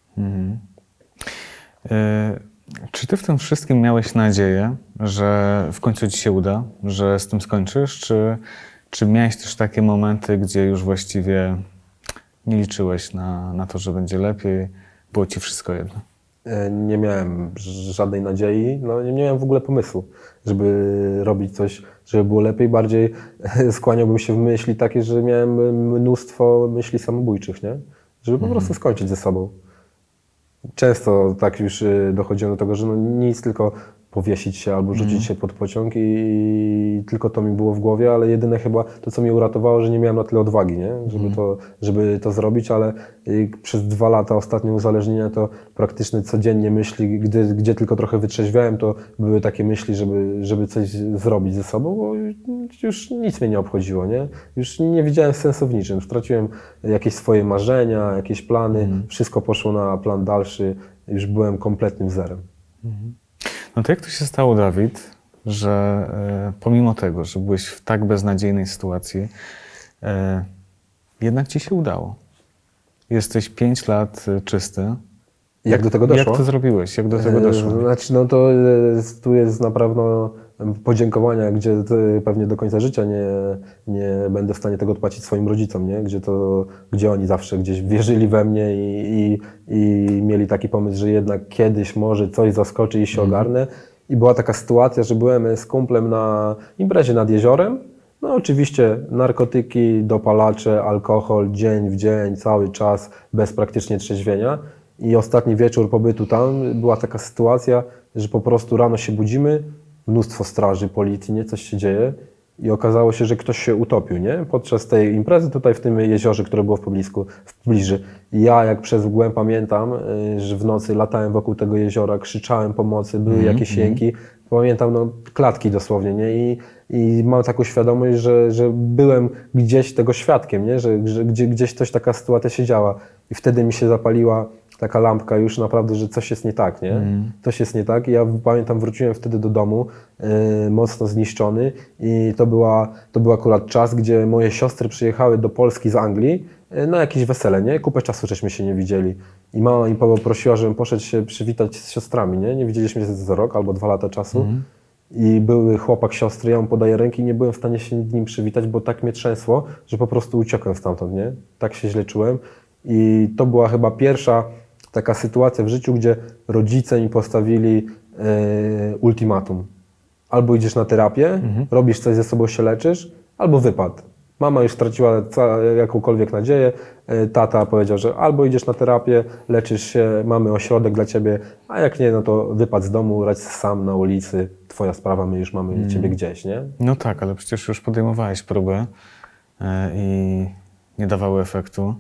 Czy ty w tym wszystkim miałeś nadzieję, że w końcu ci się uda, że z tym skończysz, czy miałeś też takie momenty, gdzie już właściwie nie liczyłeś na to, że będzie lepiej, było ci wszystko jedno? Nie miałem żadnej nadziei, no nie miałem w ogóle pomysłu, żeby robić coś, żeby było lepiej. Bardziej skłaniałbym się w myśli takie, że miałem mnóstwo myśli samobójczych, nie? Żeby po prostu skończyć ze sobą. Często tak już dochodziłem do tego, że no nic, tylko powiesić się albo rzucić się pod pociąg i tylko to mi było w głowie, ale jedyne chyba to, co mnie uratowało, że nie miałem na tyle odwagi, nie? Żeby to zrobić, ale przez 2 lata ostatnie uzależnienia to praktycznie codziennie myśli, gdzie tylko trochę wytrzeźwiałem, to były takie myśli, żeby coś zrobić ze sobą, bo już nic mnie nie obchodziło, nie? Już nie widziałem sensu w niczym, straciłem jakieś swoje marzenia, jakieś plany, wszystko poszło na plan dalszy, już byłem kompletnym zerem. No to jak to się stało, Dawid, że pomimo tego, że byłeś w tak beznadziejnej sytuacji, jednak ci się udało? Jesteś 5 lat czysty. Jak do tego doszło? Jak to zrobiłeś? Jak do tego doszło? Znaczy, no to tu jest naprawdę podziękowania, gdzie pewnie do końca życia nie będę w stanie tego odpłacić swoim rodzicom, nie? Gdzie oni zawsze gdzieś wierzyli we mnie i mieli taki pomysł, że jednak kiedyś może coś zaskoczy i się ogarnę. I była taka sytuacja, że byłem z kumplem na imprezie nad jeziorem. No oczywiście narkotyki, dopalacze, alkohol, dzień w dzień, cały czas, bez praktycznie trzeźwienia. I ostatni wieczór pobytu tam była taka sytuacja, że po prostu rano się budzimy, mnóstwo straży, policji, nie? Coś się dzieje i okazało się, że ktoś się utopił, nie? Podczas tej imprezy tutaj w tym jeziorze, które było w pobliżu. I ja jak przez mgłę pamiętam, że w nocy latałem wokół tego jeziora, krzyczałem pomocy, były jakieś jęki. Pamiętam no, klatki dosłownie, nie? I mam taką świadomość, że byłem gdzieś tego świadkiem, nie? Że gdzieś coś taka sytuacja się działa. I wtedy mi się zapaliła taka lampka już naprawdę, że coś jest nie tak, nie? Coś jest nie tak i ja pamiętam, wróciłem wtedy do domu mocno zniszczony i to był akurat czas, gdzie moje siostry przyjechały do Polski z Anglii na jakieś wesele, nie? Kupę czasu żeśmy się nie widzieli i mama mi poprosiła, żebym poszedł się przywitać z siostrami, nie? Nie widzieliśmy się za rok albo 2 lata czasu. I były chłopak siostry, ja mu podaję ręki i nie byłem w stanie się z nim przywitać, bo tak mnie trzęsło, że po prostu uciekłem stamtąd, nie? Tak się źle czułem i to była chyba pierwsza taka sytuacja w życiu, gdzie rodzice mi postawili ultimatum. Albo idziesz na terapię, robisz coś ze sobą, się leczysz, albo wypad. Mama już straciła jakąkolwiek nadzieję, tata powiedział, że albo idziesz na terapię, leczysz się, mamy ośrodek dla ciebie, a jak nie, no to wypad z domu, radź sam na ulicy, twoja sprawa, my już mamy ciebie gdzieś, nie? No tak, ale przecież już podejmowałeś próbę i nie dawały efektu.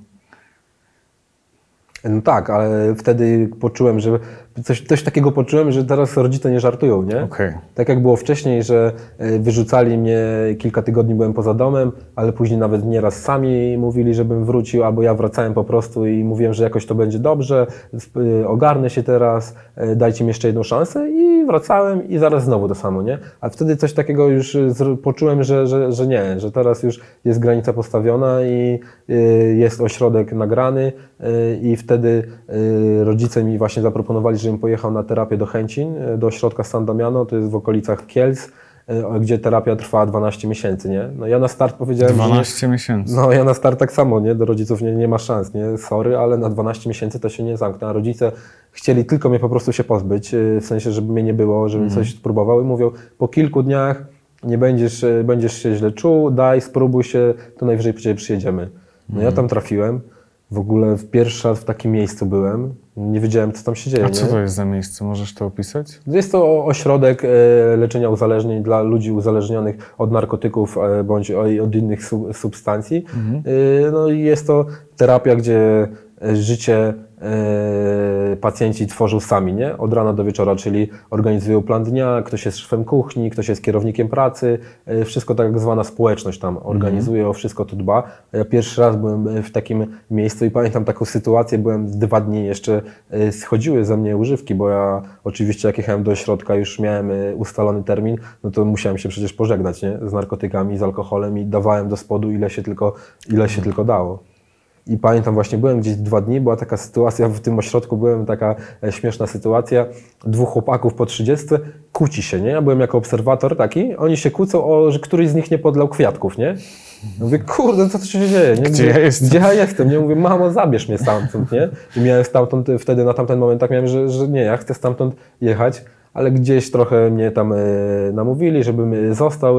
No tak, ale wtedy poczułem, że coś takiego poczułem, że teraz rodzice nie żartują, nie? Okej. Tak jak było wcześniej, że wyrzucali mnie, kilka tygodni byłem poza domem, ale później nawet nieraz sami mówili, żebym wrócił, albo ja wracałem po prostu i mówiłem, że jakoś to będzie dobrze, ogarnę się teraz, dajcie mi jeszcze jedną szansę i wracałem i zaraz znowu to samo, nie? A wtedy coś takiego już poczułem, że nie, że teraz już jest granica postawiona i jest ośrodek nagrany i wtedy rodzice mi właśnie zaproponowali, żebym pojechał na terapię do Chęcin, do ośrodka San Damiano, to jest w okolicach Kielc, gdzie terapia trwa 12 miesięcy, nie? No ja na start powiedziałem, 12 miesięcy. No ja na start tak samo, nie? Do rodziców nie ma szans, nie? Sorry, ale na 12 miesięcy to się nie zamknę. A rodzice chcieli tylko mnie po prostu się pozbyć, w sensie, żeby mnie nie było, żebym coś spróbował i mówią, po kilku dniach nie będziesz się źle czuł, spróbuj się, to najwyżej po ciebie przyjedziemy. No ja tam trafiłem. W ogóle pierwszy raz w takim miejscu byłem, nie wiedziałem, co tam się dzieje. A co nie? to jest za miejsce? Możesz to opisać? Jest to ośrodek leczenia uzależnień dla ludzi uzależnionych od narkotyków bądź od innych substancji. No i jest to terapia, gdzie życie pacjenci tworzą sami, nie? Od rana do wieczora, czyli organizują plan dnia, ktoś jest szefem kuchni, ktoś jest kierownikiem pracy, wszystko tak zwana społeczność tam organizuje, o wszystko to dba. Ja pierwszy raz byłem w takim miejscu i pamiętam taką sytuację, byłem 2 dni jeszcze, schodziły ze mnie używki, bo ja oczywiście jak jechałem do ośrodka, już miałem ustalony termin, no to musiałem się przecież pożegnać, nie? Z narkotykami, z alkoholem i dawałem do spodu ile się tylko dało. I pamiętam właśnie, byłem gdzieś 2 dni, była taka sytuacja w tym ośrodku, taka śmieszna sytuacja, 2 chłopaków po 30 kłóci się, nie? Ja byłem jako obserwator taki, oni się kłócą, że któryś z nich nie podlał kwiatków, nie? Mówię, kurde, co tu się dzieje? Nie? Gdzie ja jestem? Gdzie ja jestem? Nie? Mówię, mamo, zabierz mnie stamtąd, nie? I miałem stamtąd, wtedy na tamten moment tak miałem, że nie, ja chcę stamtąd jechać, ale gdzieś trochę mnie tam namówili, żebym został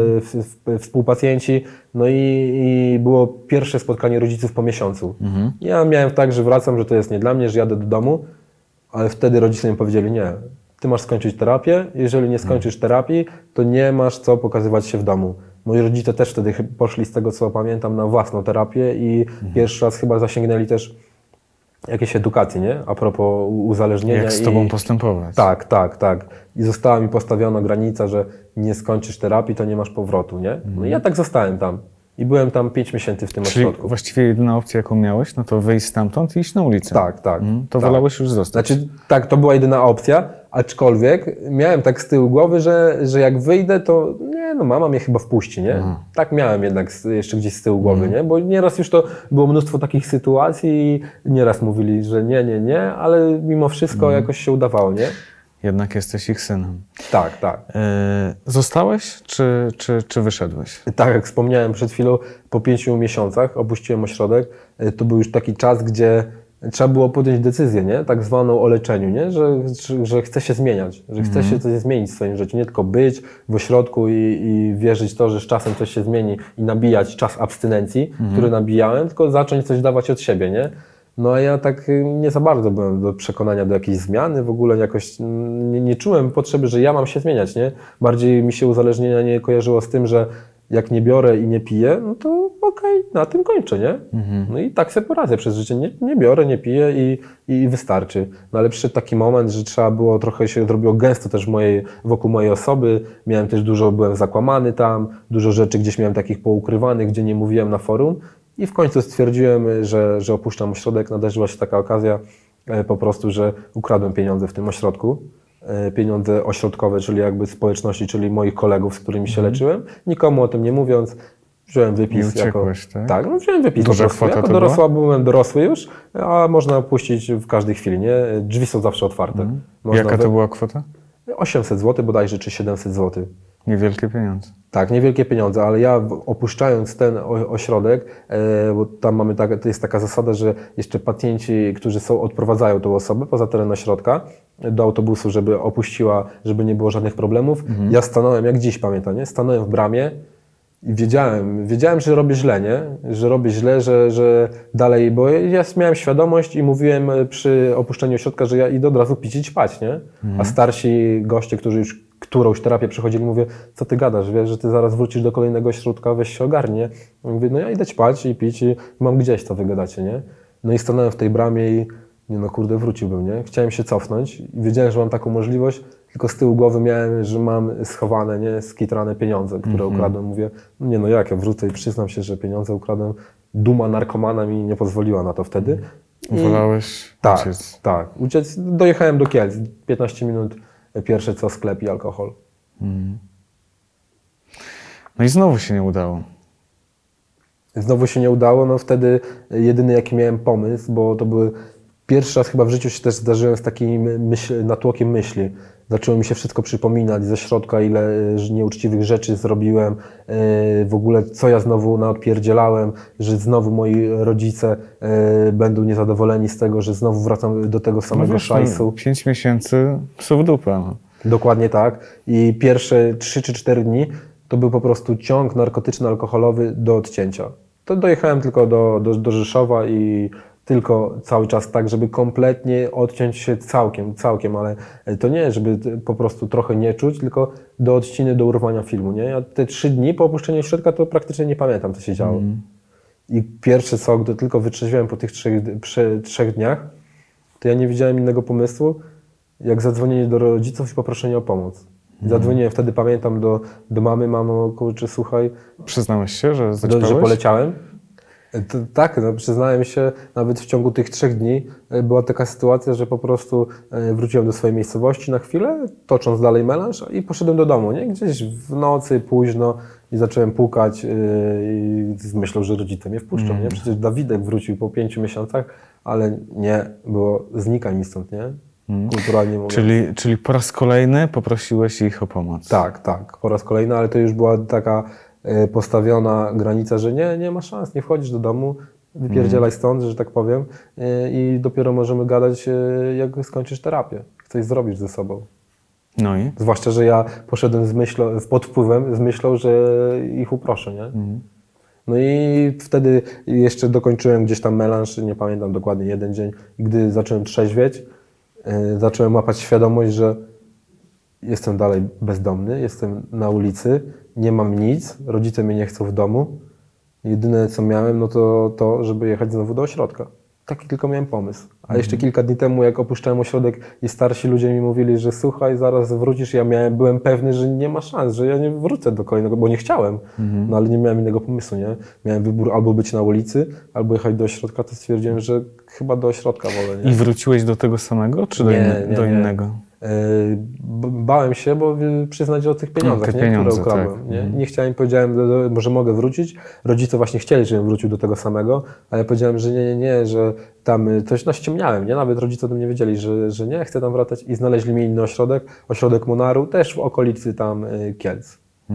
współpacjenci. No i było pierwsze spotkanie rodziców po miesiącu. Ja miałem tak, że wracam, że to jest nie dla mnie, że jadę do domu, ale wtedy rodzice mi powiedzieli, nie, ty masz skończyć terapię, jeżeli nie skończysz terapii, to nie masz co pokazywać się w domu. Moi rodzice też wtedy poszli, z tego co pamiętam, na własną terapię i pierwszy raz chyba zasięgnęli też jakiejś edukacji, nie? A propos uzależnienia. Jak z tobą postępować. Tak. I została mi postawiona granica, że nie skończysz terapii, to nie masz powrotu, nie? No i ja tak zostałem tam. I byłem tam 5 miesięcy w tym Czyli ośrodku. właściwie jedyna opcja, jaką miałeś, no to wyjść stamtąd i iść na ulicę. Tak. To wolałeś już zostać. Znaczy, tak, to była jedyna opcja, aczkolwiek miałem tak z tyłu głowy, że jak wyjdę, to nie, no mama mnie chyba wpuści, nie? Tak miałem jednak jeszcze gdzieś z tyłu głowy, nie? Bo nieraz już to było mnóstwo takich sytuacji i nieraz mówili, że nie, ale mimo wszystko jakoś się udawało, nie? Jednak jesteś ich synem. Tak. Zostałeś, czy wyszedłeś? Tak, jak wspomniałem przed chwilą, po 5 miesiącach opuściłem ośrodek. To był już taki czas, gdzie trzeba było podjąć decyzję, nie? Tak zwaną o leczeniu, nie? Że chce się zmieniać, że chce się coś zmienić w swoim życiu, nie tylko być w ośrodku i wierzyć w to, że z czasem coś się zmieni i nabijać czas abstynencji, który nabijałem, tylko zacząć coś dawać od siebie, nie? No a ja tak nie za bardzo byłem do przekonania do jakiejś zmiany, w ogóle jakoś nie czułem potrzeby, że ja mam się zmieniać, nie? Bardziej mi się uzależnienie nie kojarzyło z tym, że jak nie biorę i nie piję, no to okej, na tym kończę, nie? No i tak sobie poradzę przez życie, nie biorę, nie piję i wystarczy. No ale przyszedł taki moment, że trzeba było, trochę się zrobiło gęsto też wokół mojej osoby, miałem też byłem zakłamany tam, dużo rzeczy gdzieś miałem takich poukrywanych, gdzie nie mówiłem na forum. I w końcu stwierdziłem, że opuszczam ośrodek. Nadarzyła się taka okazja po prostu, że ukradłem pieniądze w tym ośrodku. Pieniądze ośrodkowe, czyli jakby społeczności, czyli moich kolegów, z którymi się leczyłem. Nikomu o tym nie mówiąc, wziąłem wypis. I uciekłeś, tak? Tak, no wziąłem wypis. Duża po prostu. kwota Jako to dorosła byłem dorosły już, a można opuścić w każdej chwili, nie? Drzwi są zawsze otwarte. Jaka to była kwota? 800 zł bodajże, czy 700 zł. Niewielkie pieniądze. Tak, niewielkie pieniądze, ale ja opuszczając ten ośrodek, bo tam mamy to jest taka zasada, że jeszcze pacjenci, którzy odprowadzają tą osobę poza teren ośrodka do autobusu, żeby opuściła, żeby nie było żadnych problemów. Ja stanąłem, jak dziś pamiętam, nie? Stanąłem w bramie i wiedziałem, że robię źle, nie? Że robię źle, że dalej, bo ja miałem świadomość i mówiłem przy opuszczeniu ośrodka, że ja idę od razu pić i ćpać, nie? A starsi goście, którzy już którąś terapię przechodzili, mówię, co ty gadasz, wiesz, że ty zaraz wrócisz do kolejnego ośrodka, weź się ogarnie. Mówię, no ja idę ćpać i pić i mam gdzieś, co wy gadacie, nie? No i stanąłem w tej bramie i nie no kurde, wróciłbym, nie? Chciałem się cofnąć i wiedziałem, że mam taką możliwość, tylko z tyłu głowy miałem, że mam schowane, nie? Skitrane pieniądze, które ukradłem. Mówię, no nie no jak, ja wrócę i przyznam się, że pieniądze ukradłem. Duma narkomana mi nie pozwoliła na to wtedy. Wolałeś Tak, uciec. tak. Uciec. Dojechałem do Kielc. 15 minut pierwsze co sklep i alkohol. No i znowu się nie udało. Znowu się nie udało, no wtedy jedyny jaki miałem pomysł, bo to były pierwszy raz chyba w życiu się też zdarzyłem z takim natłokiem myśli. Zaczęło mi się wszystko przypominać ze środka, ile nieuczciwych rzeczy zrobiłem, w ogóle co ja znowu naodpierdzielałem, że znowu moi rodzice będą niezadowoleni z tego, że znowu wracam do tego samego szajsu. 5 miesięcy psów w dupę. No. Dokładnie tak. I pierwsze 3 czy 4 dni to był po prostu ciąg narkotyczny, alkoholowy do odcięcia. To dojechałem tylko do Rzeszowa i tylko cały czas tak, żeby kompletnie odciąć się całkiem, ale to nie, żeby po prostu trochę nie czuć, tylko do odciny, do urwania filmu, nie? Ja te 3 dni po opuszczeniu środka to praktycznie nie pamiętam, co się działo. I pierwsze co, gdy tylko wytrzeźwiałem po tych 3 dniach, to ja nie widziałem innego pomysłu, jak zadzwonienie do rodziców i poproszenie o pomoc. Zadzwoniłem wtedy, pamiętam, do mamy, mamo, kurczę, słuchaj. Przyznałeś się, że zaćpałeś? Że poleciałem? Tak, no, przyznałem się, nawet w ciągu tych 3 dni była taka sytuacja, że po prostu wróciłem do swojej miejscowości na chwilę, tocząc dalej melanż i poszedłem do domu, nie? Gdzieś w nocy, późno i zacząłem pukać i myślał, że rodzice mnie wpuszczą, nie? Przecież Dawidek wrócił po 5 miesiącach, ale nie, było znikaj mi stąd, nie? Kulturalnie mówiąc. Czyli po raz kolejny poprosiłeś ich o pomoc. Tak, po raz kolejny, ale to już była taka postawiona granica, że nie ma szans, nie wchodzisz do domu, wypierdzielaj stąd, że tak powiem i dopiero możemy gadać, jak skończysz terapię, coś zrobisz ze sobą. No i? Zwłaszcza, że ja poszedłem pod wpływem, z myślą, że ich uproszę, nie? No i wtedy jeszcze dokończyłem gdzieś tam melanż, nie pamiętam dokładnie, 1 dzień, gdy zacząłem trzeźwieć, zacząłem łapać świadomość, że jestem dalej bezdomny, jestem na ulicy, nie mam nic, rodzice mnie nie chcą w domu. Jedyne co miałem, no to, żeby jechać znowu do ośrodka. Taki tylko miałem pomysł. A jeszcze kilka dni temu, jak opuszczałem ośrodek i starsi ludzie mi mówili, że słuchaj, zaraz wrócisz, byłem pewny, że nie ma szans, że ja nie wrócę do kolejnego, bo nie chciałem. No ale nie miałem innego pomysłu, nie? Miałem wybór albo być na ulicy, albo jechać do ośrodka, to stwierdziłem, że chyba do ośrodka wolę, nie? I wróciłeś do tego samego, czy do innego? Bałem się, bo przyznać o tych pieniądzach, które ukradłem. Tak. Nie chciałem, powiedziałem, że mogę wrócić. Rodzice właśnie chcieli, żebym wrócił do tego samego, ale ja powiedziałem, że nie, że tam coś naściemniałem, nie? Nawet rodzice o tym nie wiedzieli, że nie, chcę tam wracać i znaleźli mi inny ośrodek Monaru, też w okolicy tam Kielc.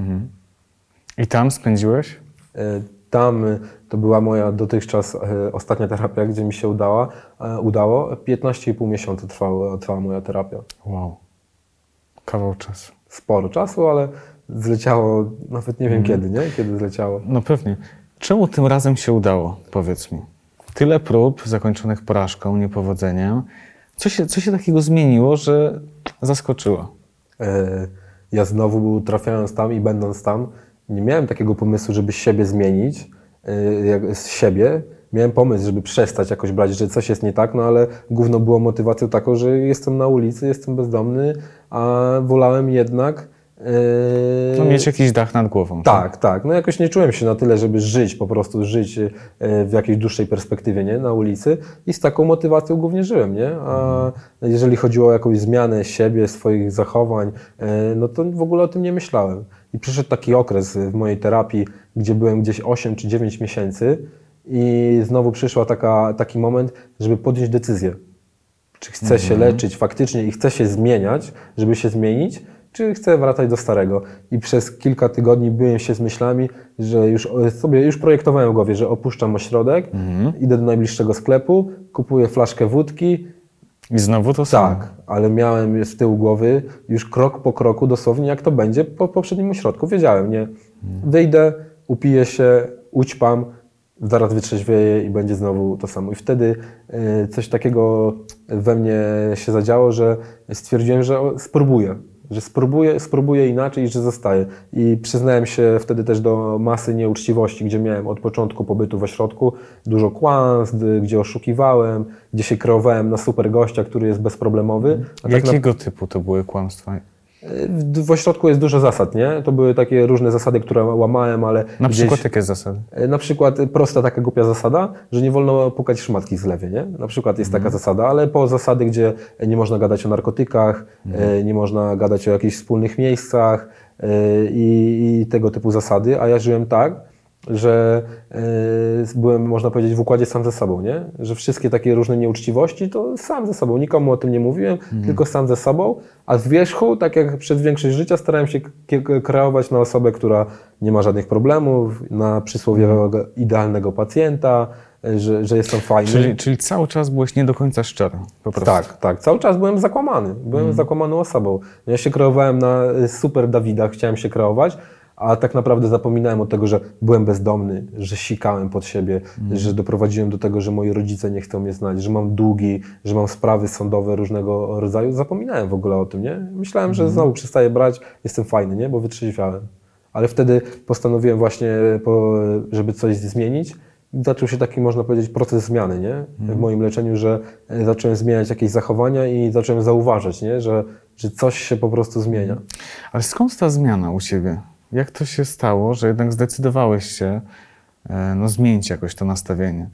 I tam spędziłeś? Tam to była moja dotychczas ostatnia terapia, gdzie mi się udało. 15,5 miesiąca trwała moja terapia. Wow. Kawał czasu. Sporo czasu, ale zleciało, nawet nie wiem kiedy, nie? Kiedy zleciało. No pewnie. Czemu tym razem się udało, powiedz mi? Tyle prób zakończonych porażką, niepowodzeniem. Co się takiego zmieniło, że zaskoczyło? Ja znowu trafiając tam i będąc tam, nie miałem takiego pomysłu, żeby siebie zmienić, z siebie. Miałem pomysł, żeby przestać jakoś brać, że coś jest nie tak, no ale główną było motywacją taką, że jestem na ulicy, jestem bezdomny, a wolałem jednak... No mieć jakiś dach nad głową. Tak. No jakoś nie czułem się na tyle, żeby po prostu żyć w jakiejś dłuższej perspektywie, nie? Na ulicy i z taką motywacją głównie żyłem, nie? A jeżeli chodziło o jakąś zmianę siebie, swoich zachowań, no to w ogóle o tym nie myślałem. I przyszedł taki okres w mojej terapii, gdzie byłem gdzieś 8 czy 9 miesięcy i znowu przyszła taki moment, żeby podjąć decyzję. Czy chcę się leczyć faktycznie i chcę się zmieniać, żeby się zmienić, czy chcę wracać do starego. I przez kilka tygodni byłem się z myślami, że już projektowałem w głowie, że opuszczam ośrodek, idę do najbliższego sklepu, kupuję flaszkę wódki. I znowu to samo. Tak, ale miałem z tyłu głowy już krok po kroku dosłownie, jak to będzie po poprzednim ośrodku. Wiedziałem, nie? Wyjdę, upiję się, ućpam, zaraz wytrzeźwieję i będzie znowu to samo. I wtedy coś takiego we mnie się zadziało, że stwierdziłem, że spróbuję. że spróbuję inaczej i że zostaję. I przyznałem się wtedy też do masy nieuczciwości, gdzie miałem od początku pobytu w ośrodku dużo kłamstw, gdzie oszukiwałem, gdzie się kreowałem na super gościa, który jest bezproblemowy. Jakiego typu to były kłamstwa? W ośrodku jest dużo zasad, nie? To były takie różne zasady, które łamałem, ale Na przykład jakie zasady? Na przykład prosta taka głupia zasada, że nie wolno pukać szmatki z lewej, nie? Na przykład jest taka zasada, ale po zasady, gdzie nie można gadać o narkotykach, nie można gadać o jakichś wspólnych miejscach i tego typu zasady, a ja żyłem tak, że byłem, można powiedzieć, w układzie sam ze sobą, nie? Że wszystkie takie różne nieuczciwości to sam ze sobą, nikomu o tym nie mówiłem, tylko sam ze sobą, a z wierzchu, tak jak przez większość życia, starałem się kreować na osobę, która nie ma żadnych problemów, na przysłowiowego idealnego pacjenta, że jestem fajny. Czyli cały czas byłeś nie do końca szczery, po prostu. Tak, cały czas byłem zakłamany, zakłamaną osobą. Ja się kreowałem na super Dawidach, chciałem się kreować, a tak naprawdę zapominałem o tego, że byłem bezdomny, że sikałem pod siebie, że doprowadziłem do tego, że moi rodzice nie chcą mnie znać, że mam długi, że mam sprawy sądowe różnego rodzaju. Zapominałem w ogóle o tym, nie? Myślałem, że znowu przestaję brać, jestem fajny, nie? Bo wytrzeźwiałem. Ale wtedy postanowiłem właśnie, żeby coś zmienić. Zaczął się taki, można powiedzieć, proces zmiany, nie? W moim leczeniu, że zacząłem zmieniać jakieś zachowania i zacząłem zauważać, nie? Że coś się po prostu zmienia. Ale skąd ta zmiana u Ciebie? Jak to się stało, że jednak zdecydowałeś się zmienić jakoś to nastawienie?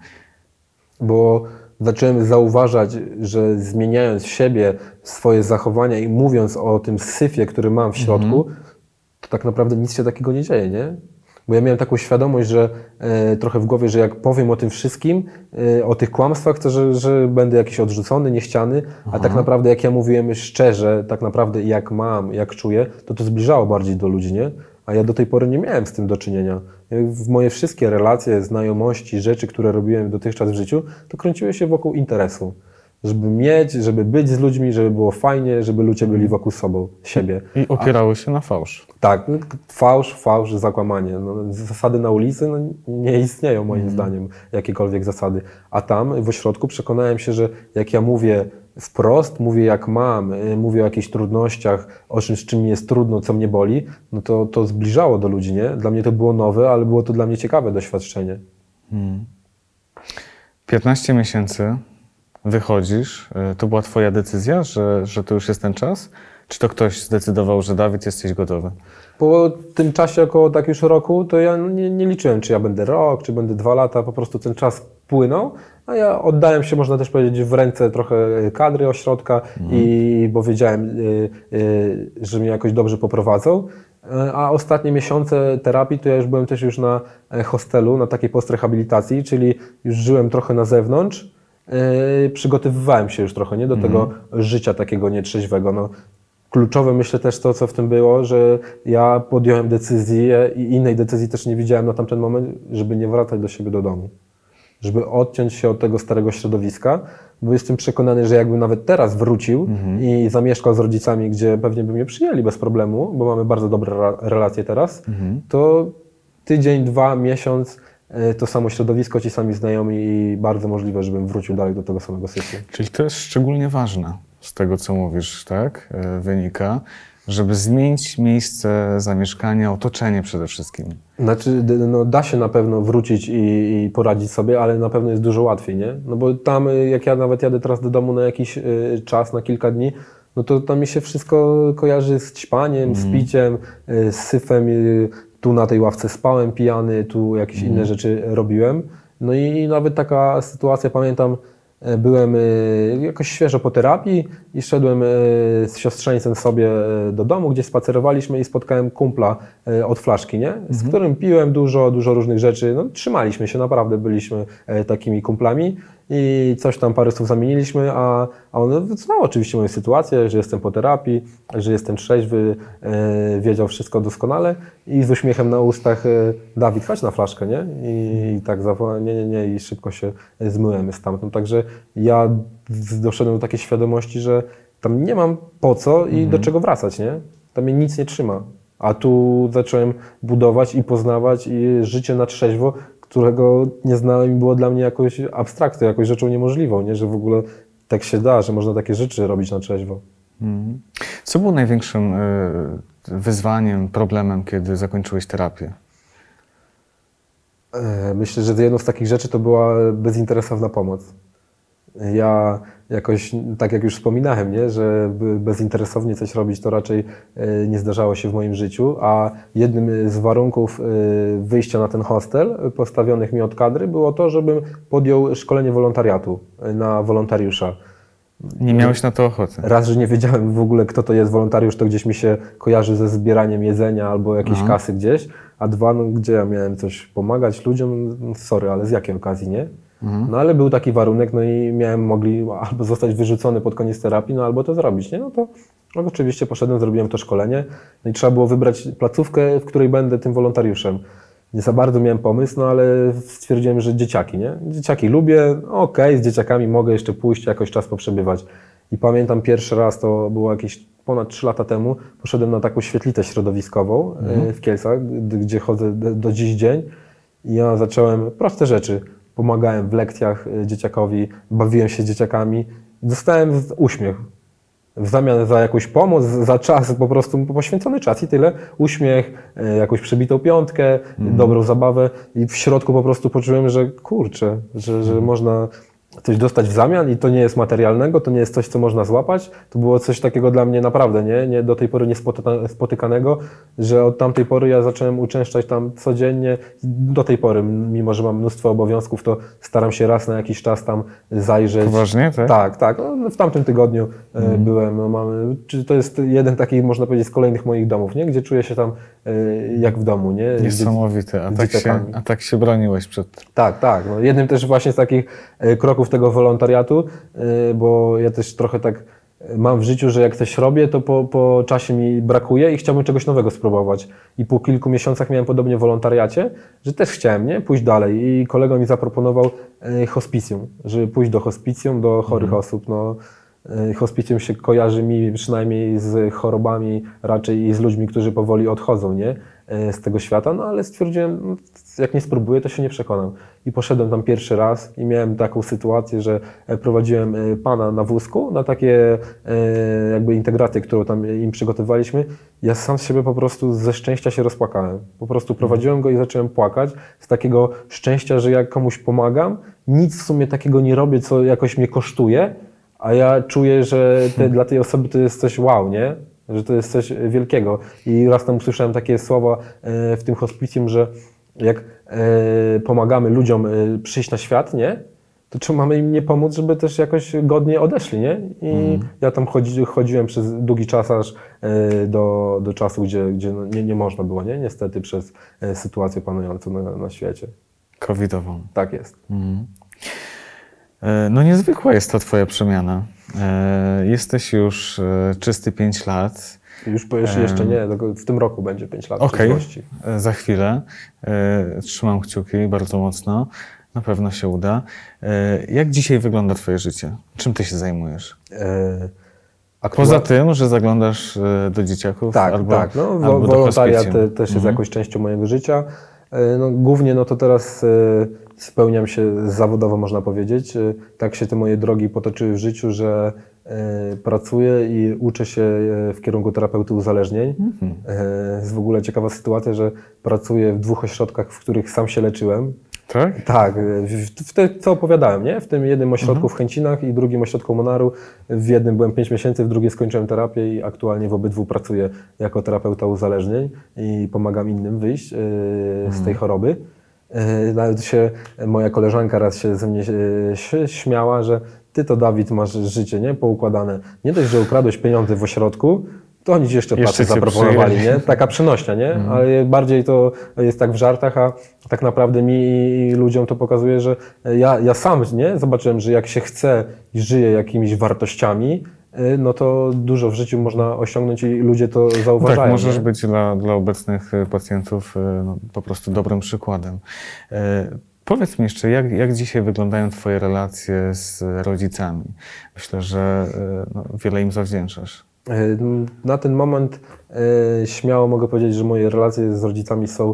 Bo zacząłem zauważać, że zmieniając siebie, swoje zachowania i mówiąc o tym syfie, który mam w środku, to tak naprawdę nic się takiego nie dzieje, nie? Bo ja miałem taką świadomość, że trochę w głowie, że jak powiem o tym wszystkim, o tych kłamstwach, to że będę jakiś odrzucony, niechciany, a tak naprawdę jak ja mówiłem szczerze, tak naprawdę jak mam, jak czuję, to zbliżało bardziej do ludzi, nie? A ja do tej pory nie miałem z tym do czynienia. W moje wszystkie relacje, znajomości, rzeczy, które robiłem dotychczas w życiu, to kręciły się wokół interesu. Żeby mieć, żeby być z ludźmi, żeby było fajnie, żeby ludzie byli wokół siebie. I opierały się na fałsz. Tak, fałsz, zakłamanie. Zasady na ulicy nie istnieją moim zdaniem, jakiekolwiek zasady. A tam w ośrodku przekonałem się, że jak ja mówię wprost, mówię jak mam, mówię o jakichś trudnościach, o czymś, z czym mi jest trudno, co mnie boli, no to zbliżało do ludzi, nie? Dla mnie to było nowe, ale było to dla mnie ciekawe doświadczenie. 15 miesięcy wychodzisz, to była Twoja decyzja, że to już jest ten czas? Czy to ktoś zdecydował, że Dawid, jesteś gotowy? Po tym czasie około tak już roku, to ja nie liczyłem, czy ja będę rok, czy będę 2 lata, po prostu ten czas płynął, a ja oddałem się, można też powiedzieć, w ręce trochę kadry ośrodka, bo wiedziałem, że mnie jakoś dobrze poprowadzą. A ostatnie miesiące terapii to ja już byłem też już na hostelu, na takiej postrehabilitacji, czyli już żyłem trochę na zewnątrz, przygotowywałem się już trochę do tego życia takiego nietrzeźwego. No, kluczowe myślę też to, co w tym było, że ja podjąłem decyzję i innej decyzji też nie widziałem na tamten moment, żeby nie wracać do siebie do domu. Żeby odciąć się od tego starego środowiska, bo jestem przekonany, że jakbym nawet teraz wrócił i zamieszkał z rodzicami, gdzie pewnie by mnie przyjęli bez problemu, bo mamy bardzo dobre relacje teraz, to tydzień, 2, miesiąc, to samo środowisko, ci sami znajomi i bardzo możliwe, żebym wrócił dalej do tego samego syfu. Czyli to jest szczególnie ważne z tego, co mówisz, tak? Wynika, żeby zmienić miejsce zamieszkania, otoczenie przede wszystkim. Znaczy, da się na pewno wrócić i poradzić sobie, ale na pewno jest dużo łatwiej, nie? No bo tam, jak ja nawet jadę teraz do domu na jakiś czas, na kilka dni, no to tam mi się wszystko kojarzy z ćpaniem, z piciem, z syfem. Tu na tej ławce spałem pijany, tu jakieś inne rzeczy robiłem. No i nawet taka sytuacja, pamiętam, byłem jakoś świeżo po terapii i szedłem z siostrzeńcem sobie do domu, gdzie spacerowaliśmy i spotkałem kumpla od flaszki, nie? Z którym piłem dużo różnych rzeczy. No, trzymaliśmy się, naprawdę byliśmy takimi kumplami i coś tam parę słów zamieniliśmy, a on znał oczywiście moją sytuację, że jestem po terapii, że jestem trzeźwy, wiedział wszystko doskonale i z uśmiechem na ustach: Dawid, chodź na flaszkę, nie? I tak zawołałem, nie, i szybko się zmyłem stamtąd. Także ja doszedłem do takiej świadomości, że tam nie mam po co i do czego wracać, nie? Tam mnie nic nie trzyma. A tu zacząłem budować i poznawać życie na trzeźwo, którego nie znałem i było dla mnie jakąś abstrakcją, jakąś rzeczą niemożliwą, nie? Że w ogóle tak się da, że można takie rzeczy robić na trzeźwo. Co było największym wyzwaniem, problemem, kiedy zakończyłeś terapię? Myślę, że jedną z takich rzeczy to była bezinteresowna pomoc. Ja jakoś, tak jak już wspominałem, nie, że bezinteresownie coś robić to raczej nie zdarzało się w moim życiu, a jednym z warunków wyjścia na ten hostel postawionych mi od kadry było to, żebym podjął szkolenie wolontariatu na wolontariusza. Nie miałeś na to ochoty? Raz, że nie wiedziałem w ogóle, kto to jest wolontariusz, to gdzieś mi się kojarzy ze zbieraniem jedzenia albo jakiejś kasy gdzieś, a dwa, no, gdzie ja miałem coś pomagać ludziom, sorry, ale z jakiej okazji, nie? No ale był taki warunek, no i mogli albo zostać wyrzucony pod koniec terapii, no albo to zrobić, nie? No to oczywiście poszedłem, zrobiłem to szkolenie, no i trzeba było wybrać placówkę, w której będę tym wolontariuszem. Nie za bardzo miałem pomysł, no ale stwierdziłem, że dzieciaki, nie? Dzieciaki lubię, okej, z dzieciakami mogę jeszcze pójść, jakoś czas poprzebywać. I pamiętam pierwszy raz, to było jakieś ponad 3 lata temu, poszedłem na taką świetlitę środowiskową w Kielcach, gdzie chodzę do dziś dzień i ja zacząłem proste rzeczy. Pomagałem w lekcjach dzieciakowi, bawiłem się z dzieciakami, dostałem uśmiech. W zamian za jakąś pomoc, za czas, po prostu poświęcony czas i tyle. Uśmiech, jakąś przebitą piątkę, dobrą zabawę i w środku po prostu poczułem, że kurczę, że można coś dostać w zamian i to nie jest materialnego, to nie jest coś, co można złapać. To było coś takiego dla mnie naprawdę, nie do tej pory niespotykanego, że od tamtej pory ja zacząłem uczęszczać tam codziennie. Do tej pory, mimo że mam mnóstwo obowiązków, to staram się raz na jakiś czas tam zajrzeć. Poważnie, tak? Tak. No, w tamtym tygodniu byłem. No, to jest jeden taki, można powiedzieć, z kolejnych moich domów, nie? Gdzie czuję się tam jak w domu, nie? Niesamowite. A tak się broniłeś przed... Tak. No, jednym też właśnie z takich kroków tego wolontariatu, bo ja też trochę tak mam w życiu, że jak coś robię, to po czasie mi brakuje i chciałbym czegoś nowego spróbować. I po kilku miesiącach miałem podobnie w wolontariacie, że też chciałem, nie? Pójść dalej. I kolega mi zaproponował hospicjum, żeby pójść do hospicjum, do chorych osób. No, hospicjum się kojarzy mi przynajmniej z chorobami raczej i z ludźmi, którzy powoli odchodzą, nie? Z tego świata, no ale stwierdziłem, no, jak nie spróbuję, to się nie przekonam. I poszedłem tam pierwszy raz i miałem taką sytuację, że prowadziłem pana na wózku, na takie jakby integrację, którą tam im przygotowaliśmy. Ja sam z siebie po prostu ze szczęścia się rozpłakałem. Po prostu prowadziłem go i zacząłem płakać z takiego szczęścia, że jak komuś pomagam, nic w sumie takiego nie robię, co jakoś mnie kosztuje, a ja czuję, że dla tej osoby to jest coś wow, nie? Że to jest coś wielkiego. I raz tam usłyszałem takie słowa w tym hospicjum, że jak pomagamy ludziom przyjść na świat, nie? To czy mamy im nie pomóc, żeby też jakoś godnie odeszli, nie? I ja tam chodziłem przez długi czas aż do czasu, gdzie no nie można było, nie? Niestety przez sytuację panującą na świecie. Covidową. Tak jest. No niezwykła jest ta twoja przemiana. Jesteś już czysty 5 lat. Już jeszcze nie, tylko w tym roku będzie 5 lat przyszłości. Za chwilę. Trzymam kciuki bardzo mocno. Na pewno się uda. Jak dzisiaj wygląda twoje życie? Czym ty się zajmujesz? Poza tym, że zaglądasz do dzieciaków? Tak. No, wolontariat też jest jakąś częścią mojego życia. No, głównie no to teraz spełniam się zawodowo, można powiedzieć. Tak się te moje drogi potoczyły w życiu, że pracuję i uczę się w kierunku terapeuty uzależnień. Jest w ogóle ciekawa sytuacja, że pracuję w 2 ośrodkach, w których sam się leczyłem. Tak? Tak, co opowiadałem, nie? W tym jednym ośrodku w Chęcinach i drugim ośrodku Monaru. W jednym byłem 5 miesięcy, w drugim skończyłem terapię i aktualnie w obydwu pracuję jako terapeuta uzależnień i pomagam innym wyjść z tej choroby. Nawet się moja koleżanka raz się ze mnie śmiała, że ty to, Dawid, masz życie, nie? Poukładane. Nie dość, że ukradłeś pieniądze w ośrodku, to oni ci jeszcze pracę zaproponowali, nie? Taka przenośnia, nie? Ale bardziej to jest tak w żartach, a tak naprawdę mi i ludziom to pokazuje, że ja sam, nie? Zobaczyłem, że jak się chce i żyje jakimiś wartościami, no to dużo w życiu można osiągnąć i ludzie to zauważają. Tak, możesz nie? być dla obecnych pacjentów no, po prostu dobrym przykładem. Powiedz mi jeszcze, jak dzisiaj wyglądają twoje relacje z rodzicami? Myślę, że no, wiele im zawdzięczasz. Na ten moment śmiało mogę powiedzieć, że moje relacje z rodzicami są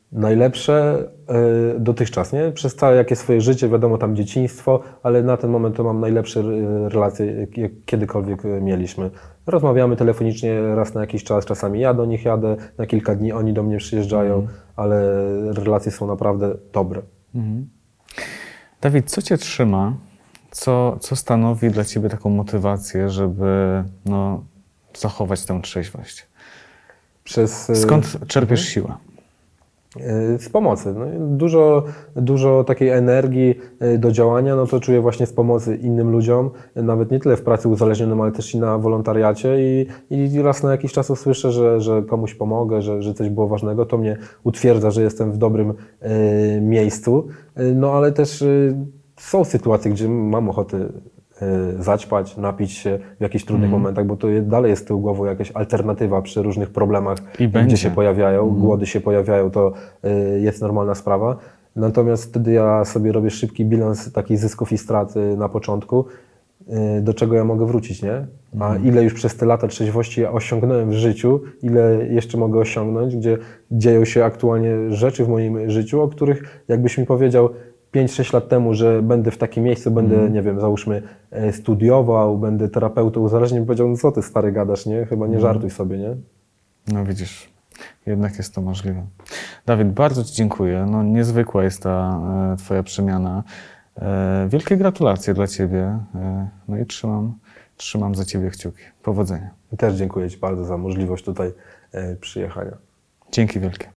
Najlepsze dotychczas, nie? Przez całe jakie swoje życie, wiadomo, tam dzieciństwo, ale na ten moment to mam najlepsze relacje, jakie kiedykolwiek mieliśmy. Rozmawiamy telefonicznie raz na jakiś czas, czasami ja do nich jadę, na kilka dni oni do mnie przyjeżdżają, ale relacje są naprawdę dobre. Dawid, co Cię trzyma? Co stanowi dla Ciebie taką motywację, żeby zachować tę trzeźwość? Skąd czerpiesz siłę? Z pomocy. No, dużo takiej energii do działania, no to czuję właśnie z pomocy innym ludziom, nawet nie tyle w pracy uzależnionym, ale też i na wolontariacie i raz na jakiś czas usłyszę, że komuś pomogę, że coś było ważnego, to mnie utwierdza, że jestem w dobrym miejscu, no ale też są sytuacje, gdzie mam ochotę zaćpać, napić się w jakichś trudnych momentach, bo to dalej jest z tyłu głowy jakaś alternatywa przy różnych problemach, gdzie się pojawiają, głody się pojawiają, to jest normalna sprawa. Natomiast wtedy ja sobie robię szybki bilans takich zysków i strat na początku, do czego ja mogę wrócić, nie? A ile już przez te lata trzeźwości ja osiągnąłem w życiu, ile jeszcze mogę osiągnąć, gdzie dzieją się aktualnie rzeczy w moim życiu, o których jakbyś mi powiedział 5-6 lat temu, że będę w takim miejscu, będę, nie wiem, załóżmy studiował, będę terapeutą uzależnień, powiedział, no co ty stary gadasz, nie? Chyba nie żartuj sobie, nie? No widzisz, jednak jest to możliwe. Dawid, bardzo Ci dziękuję. No, niezwykła jest ta Twoja przemiana. Wielkie gratulacje dla Ciebie. No i trzymam za Ciebie kciuki. Powodzenia. Też dziękuję Ci bardzo za możliwość tutaj przyjechania. Dzięki wielkie.